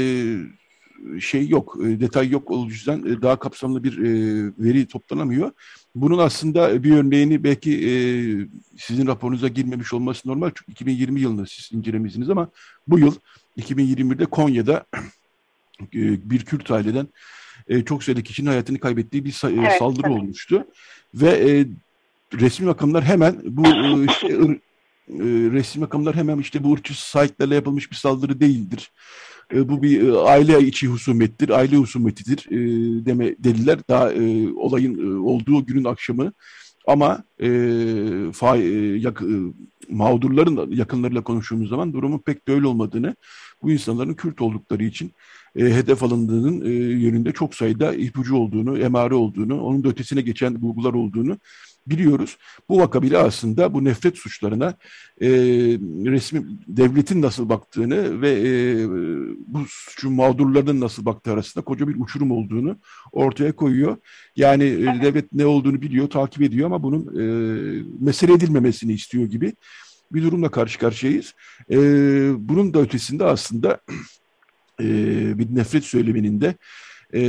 [SPEAKER 2] şey yok, e, detay yok, o yüzden e, daha kapsamlı bir e, veri toplanamıyor. Bunun aslında bir örneğini belki e, sizin raporunuza girmemiş olması normal. Çünkü iki bin yirmi yılında siz incelemişsiniz ama bu yıl iki bin yirmi birde Konya'da e, bir Kürt aileden e, çok sayıda kişinin hayatını kaybettiği bir sa- evet, saldırı tabii. olmuştu. Ve e, resmi makamlar hemen bu e, işte, ır, e, resmi makamlar hemen işte bu ırkçı sahiplerle yapılmış bir saldırı değildir. E, bu bir e, aile içi husumettir, aile husumetidir e, deme dediler daha e, olayın e, olduğu günün akşamı. Ama e, fa, e, yak, e, mağdurların yakınlarıyla konuştuğumuz zaman durumun pek de öyle olmadığını, bu insanların Kürt oldukları için e, hedef alındığının e, yönünde çok sayıda ipucu olduğunu, emare olduğunu, onun da ötesine geçen bulgular olduğunu biliyoruz. Bu vaka bile aslında bu nefret suçlarına e, resmi devletin nasıl baktığını ve e, bu suçun mağdurlarının nasıl baktığı arasında koca bir uçurum olduğunu ortaya koyuyor. Yani e, devlet ne olduğunu biliyor, takip ediyor ama bunun e, mesele edilmemesini istiyor gibi bir durumla karşı karşıyayız. E, bunun da ötesinde aslında e, bir nefret söyleminin de e,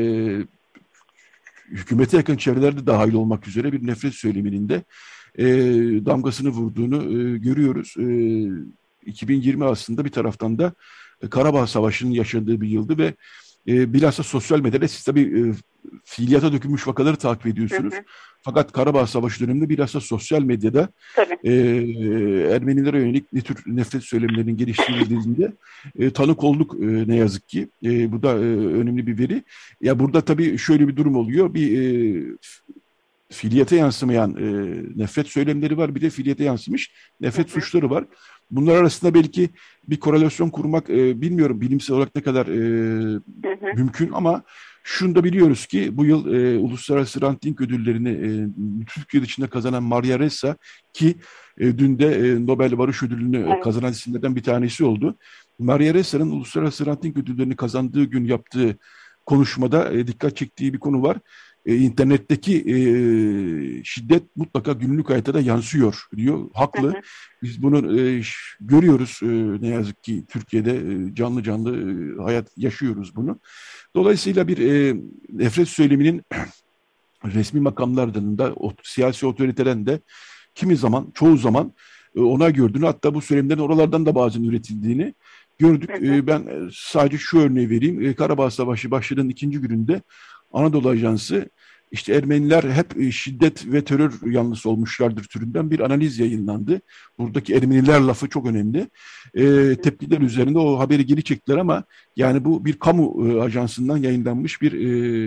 [SPEAKER 2] hükümete yakın çevrelerde dahil olmak üzere bir nefret söyleminin de e, damgasını vurduğunu e, görüyoruz. E, iki bin yirmi aslında bir taraftan da e, Karabağ Savaşı'nın yaşandığı bir yıldı ve e, bilhassa sosyal medyada siz tabii e, fiiliyata dökülmüş vakaları takip ediyorsunuz. Hı hı. Fakat Karabağ Savaşı döneminde bilhassa sosyal medyada e, Ermenilere yönelik ne tür nefret söylemlerinin geliştirildiğinde e, tanık olduk e, ne yazık ki. E, bu da e, önemli bir veri. Ya burada tabii şöyle bir durum oluyor. Bir e, fiiliyete yansımayan e, nefret söylemleri var. Bir de fiiliyete yansımış nefret hı hı. suçları var. Bunlar arasında belki bir korelasyon kurmak e, bilmiyorum bilimsel olarak ne kadar e, hı hı. mümkün ama şunu da biliyoruz ki bu yıl e, Uluslararası Ranting Ödülleri'ni e, Türkiye dışında kazanan Maria Ressa ki e, dün de e, Nobel Barış Ödülünü evet. kazanan isimlerden bir tanesi oldu. Maria Ressa'nın Uluslararası Ranting Ödülleri'ni kazandığı gün yaptığı konuşmada e, dikkat çektiği bir konu var. E, internetteki e, şiddet mutlaka günlük hayata da yansıyor diyor. Haklı. Hı hı. Biz bunu e, görüyoruz. E, ne yazık ki Türkiye'de e, canlı canlı e, hayat yaşıyoruz bunu. Dolayısıyla bir e, nefret söyleminin resmi makamlardan da o, siyasi otoriteden de kimi zaman, çoğu zaman e, ona gördüğünü hatta bu söylemlerin oralardan da bazen üretildiğini gördük. Hı hı. E, ben sadece şu örneği vereyim. E, Karabağ Savaşı başladığının ikinci gününde Anadolu Ajansı işte Ermeniler hep şiddet ve terör yanlısı olmuşlardır türünden bir analiz yayınlandı. Buradaki Ermeniler lafı çok önemli. E, tepkiler üzerinde o haberi geri çektiler ama yani bu bir kamu e, ajansından yayınlanmış bir e,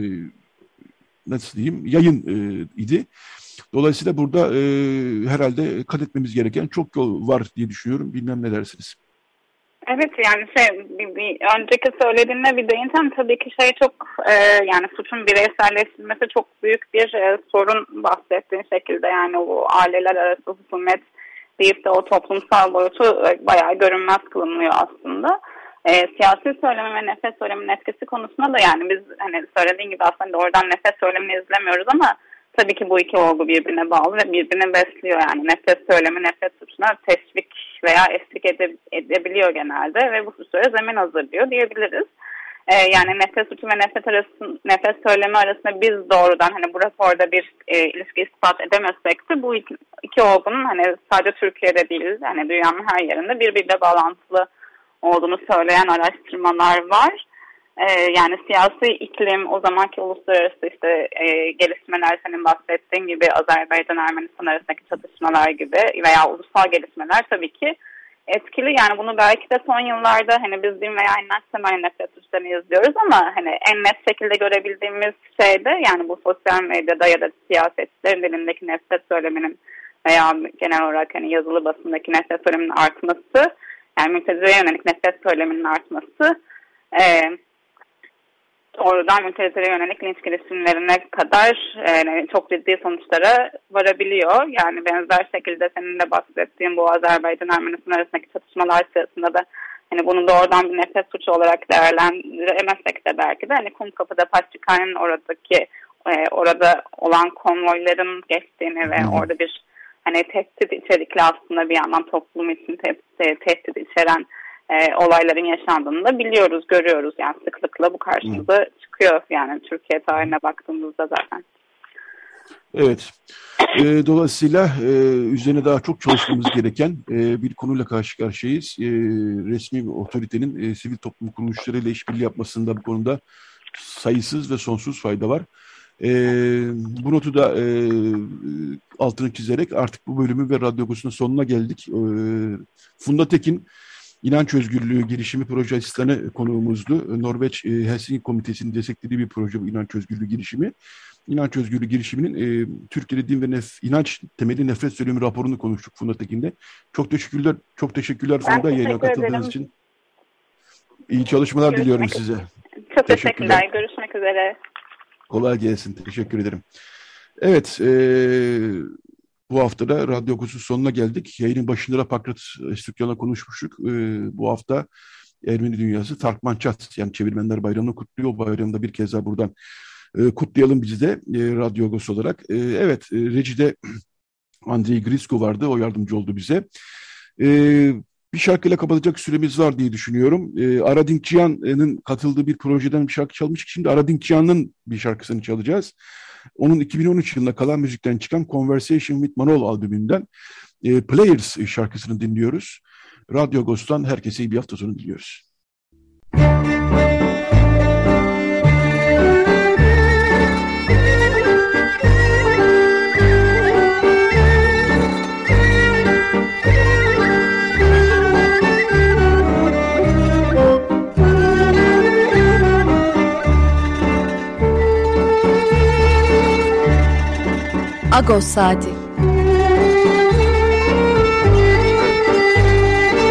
[SPEAKER 2] nasıl diyeyim yayın e, idi. Dolayısıyla burada e, herhalde kat etmemiz gereken çok yol var diye düşünüyorum. Bilmem ne dersiniz?
[SPEAKER 5] Evet yani şey bir, bir önceki söylediğine bir değinsem tabii ki şey çok e, yani suçun bireyselleştirilmesi çok büyük bir e, sorun bahsettiğin şekilde yani o aileler arası husumet deyip de o toplumsal boyutu e, bayağı görünmez kılınıyor aslında. E, siyasi söylemi ve nefret söyleminin etkisi konusunda da yani biz hani söylediğin gibi aslında oradan nefret söylemini izlemiyoruz ama tabii ki bu iki olgu birbirine bağlı ve birbirini besliyor yani nefret söylemi nefret suçuna teşvik veya eşlik ede, edebiliyor genelde ve bu suçlara zemin hazırlıyor diyebiliriz. Ee, yani nefret suçu ve nefret arası, nefret söylemi arasında biz doğrudan hani bu raporda bir e, ilişki ispat edemezsek de bu iki, iki olgunun hani sadece Türkiye'de değil hani dünyanın her yerinde birbiriyle bağlantılı olduğunu söyleyen araştırmalar var. Ee, yani siyasi iklim, o zamanki uluslararası işte e, gelişmeler senin bahsettiğin gibi Azerbaycan-Ermenistan arasındaki çatışmalar gibi veya ulusal gelişmeler tabii ki etkili. Yani bunu belki de son yıllarda hani biz din veya inanç temelli nefret suçlarını izliyoruz ama hani en net şekilde görebildiğimiz şey de yani bu sosyal medyada ya da siyasetçilerin elindeki nefret söyleminin veya genel olarak hani yazılı basındaki nefret söyleminin artması, yani mültecilere yönelik nefret söyleminin artması eee doğrudan mültecilere yönelik linç girişimlerine kadar yani çok ciddi sonuçlara varabiliyor. Yani benzer şekilde senin de bahsettiğin bu Azerbaycan-Ermenistan arasındaki çatışmalar sırasında da hani bunu doğrudan bir nefret suçu olarak değerlendiremezsek de belki de hani Kumkapı'da Patrikhanya'nın oradaki e, orada olan konvoyların geçtiğini ve orada bir hani tehdit içerikli aslında bir yandan toplum için te- tehdit içeren E, olayların yaşandığını da biliyoruz, görüyoruz. Yani sıklıkla bu karşımıza Hı. çıkıyor. Yani Türkiye tarihine baktığımızda zaten.
[SPEAKER 2] Evet. E, dolayısıyla e, üzerine daha çok çalışmamız gereken e, bir konuyla karşı karşıyayız. E, resmi otoritenin e, sivil toplum kuruluşlarıyla işbirliği yapmasında bu konuda sayısız ve sonsuz fayda var. E, bu notu da e, altını çizerek artık bu bölümün ve Radyo Agos'un sonuna geldik. E, Funda Tekin İnanç Özgürlüğü girişimi proje asistanı konuğumuzdu. Norveç Helsinki Komitesi'nin desteklediği bir proje bu İnanç Özgürlüğü girişimi. İnanç Özgürlüğü girişiminin e, Türkiye'de din ve nef- inanç temeli nefret söylemi raporunu konuştuk Funda Tekin'de. Çok teşekkürler. Çok teşekkürler Funda teşekkür yayına katıldığınız ederim. için. İyi çalışmalar Görüşmek diliyorum size.
[SPEAKER 5] Çok teşekkürler. teşekkürler. Görüşmek üzere.
[SPEAKER 2] Kolay gelsin. Teşekkür ederim. Evet, e, bu hafta da Radyo Agos'un sonuna geldik. Yayının başında da Pakrat Estükyan'la konuşmuştuk. Ee, bu hafta Ermeni Dünyası Tarkmançat yani Çevirmenler Bayramı'nı kutluyor. O bayramda bir kez daha buradan e, kutlayalım biz de e, Radyo Agos olarak. E, evet, e, Reci'de Andrei Grisko vardı. O yardımcı oldu bize. E, bir şarkıyla kapatacak süremiz var diye düşünüyorum. E, Aradinkçiyan'ın katıldığı bir projeden bir şarkı çalmıştık. Şimdi Aradinkçiyan'ın bir şarkısını çalacağız. Onun iki bin on üç yılında Kalan Müzik'ten çıkan Conversation with Manol albümünden e, Players şarkısını dinliyoruz. Radyo Agos'tan herkese iyi bir hafta sonu diliyoruz.
[SPEAKER 1] Agos Saati.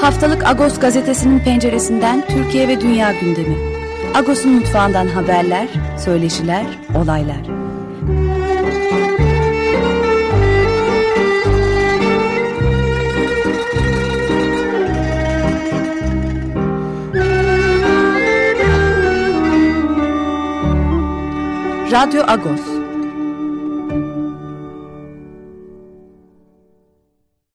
[SPEAKER 1] Haftalık Agos gazetesinin penceresinden Türkiye ve dünya gündemi. Agos'un mutfağından haberler, söyleşiler, olaylar. Radyo Agos.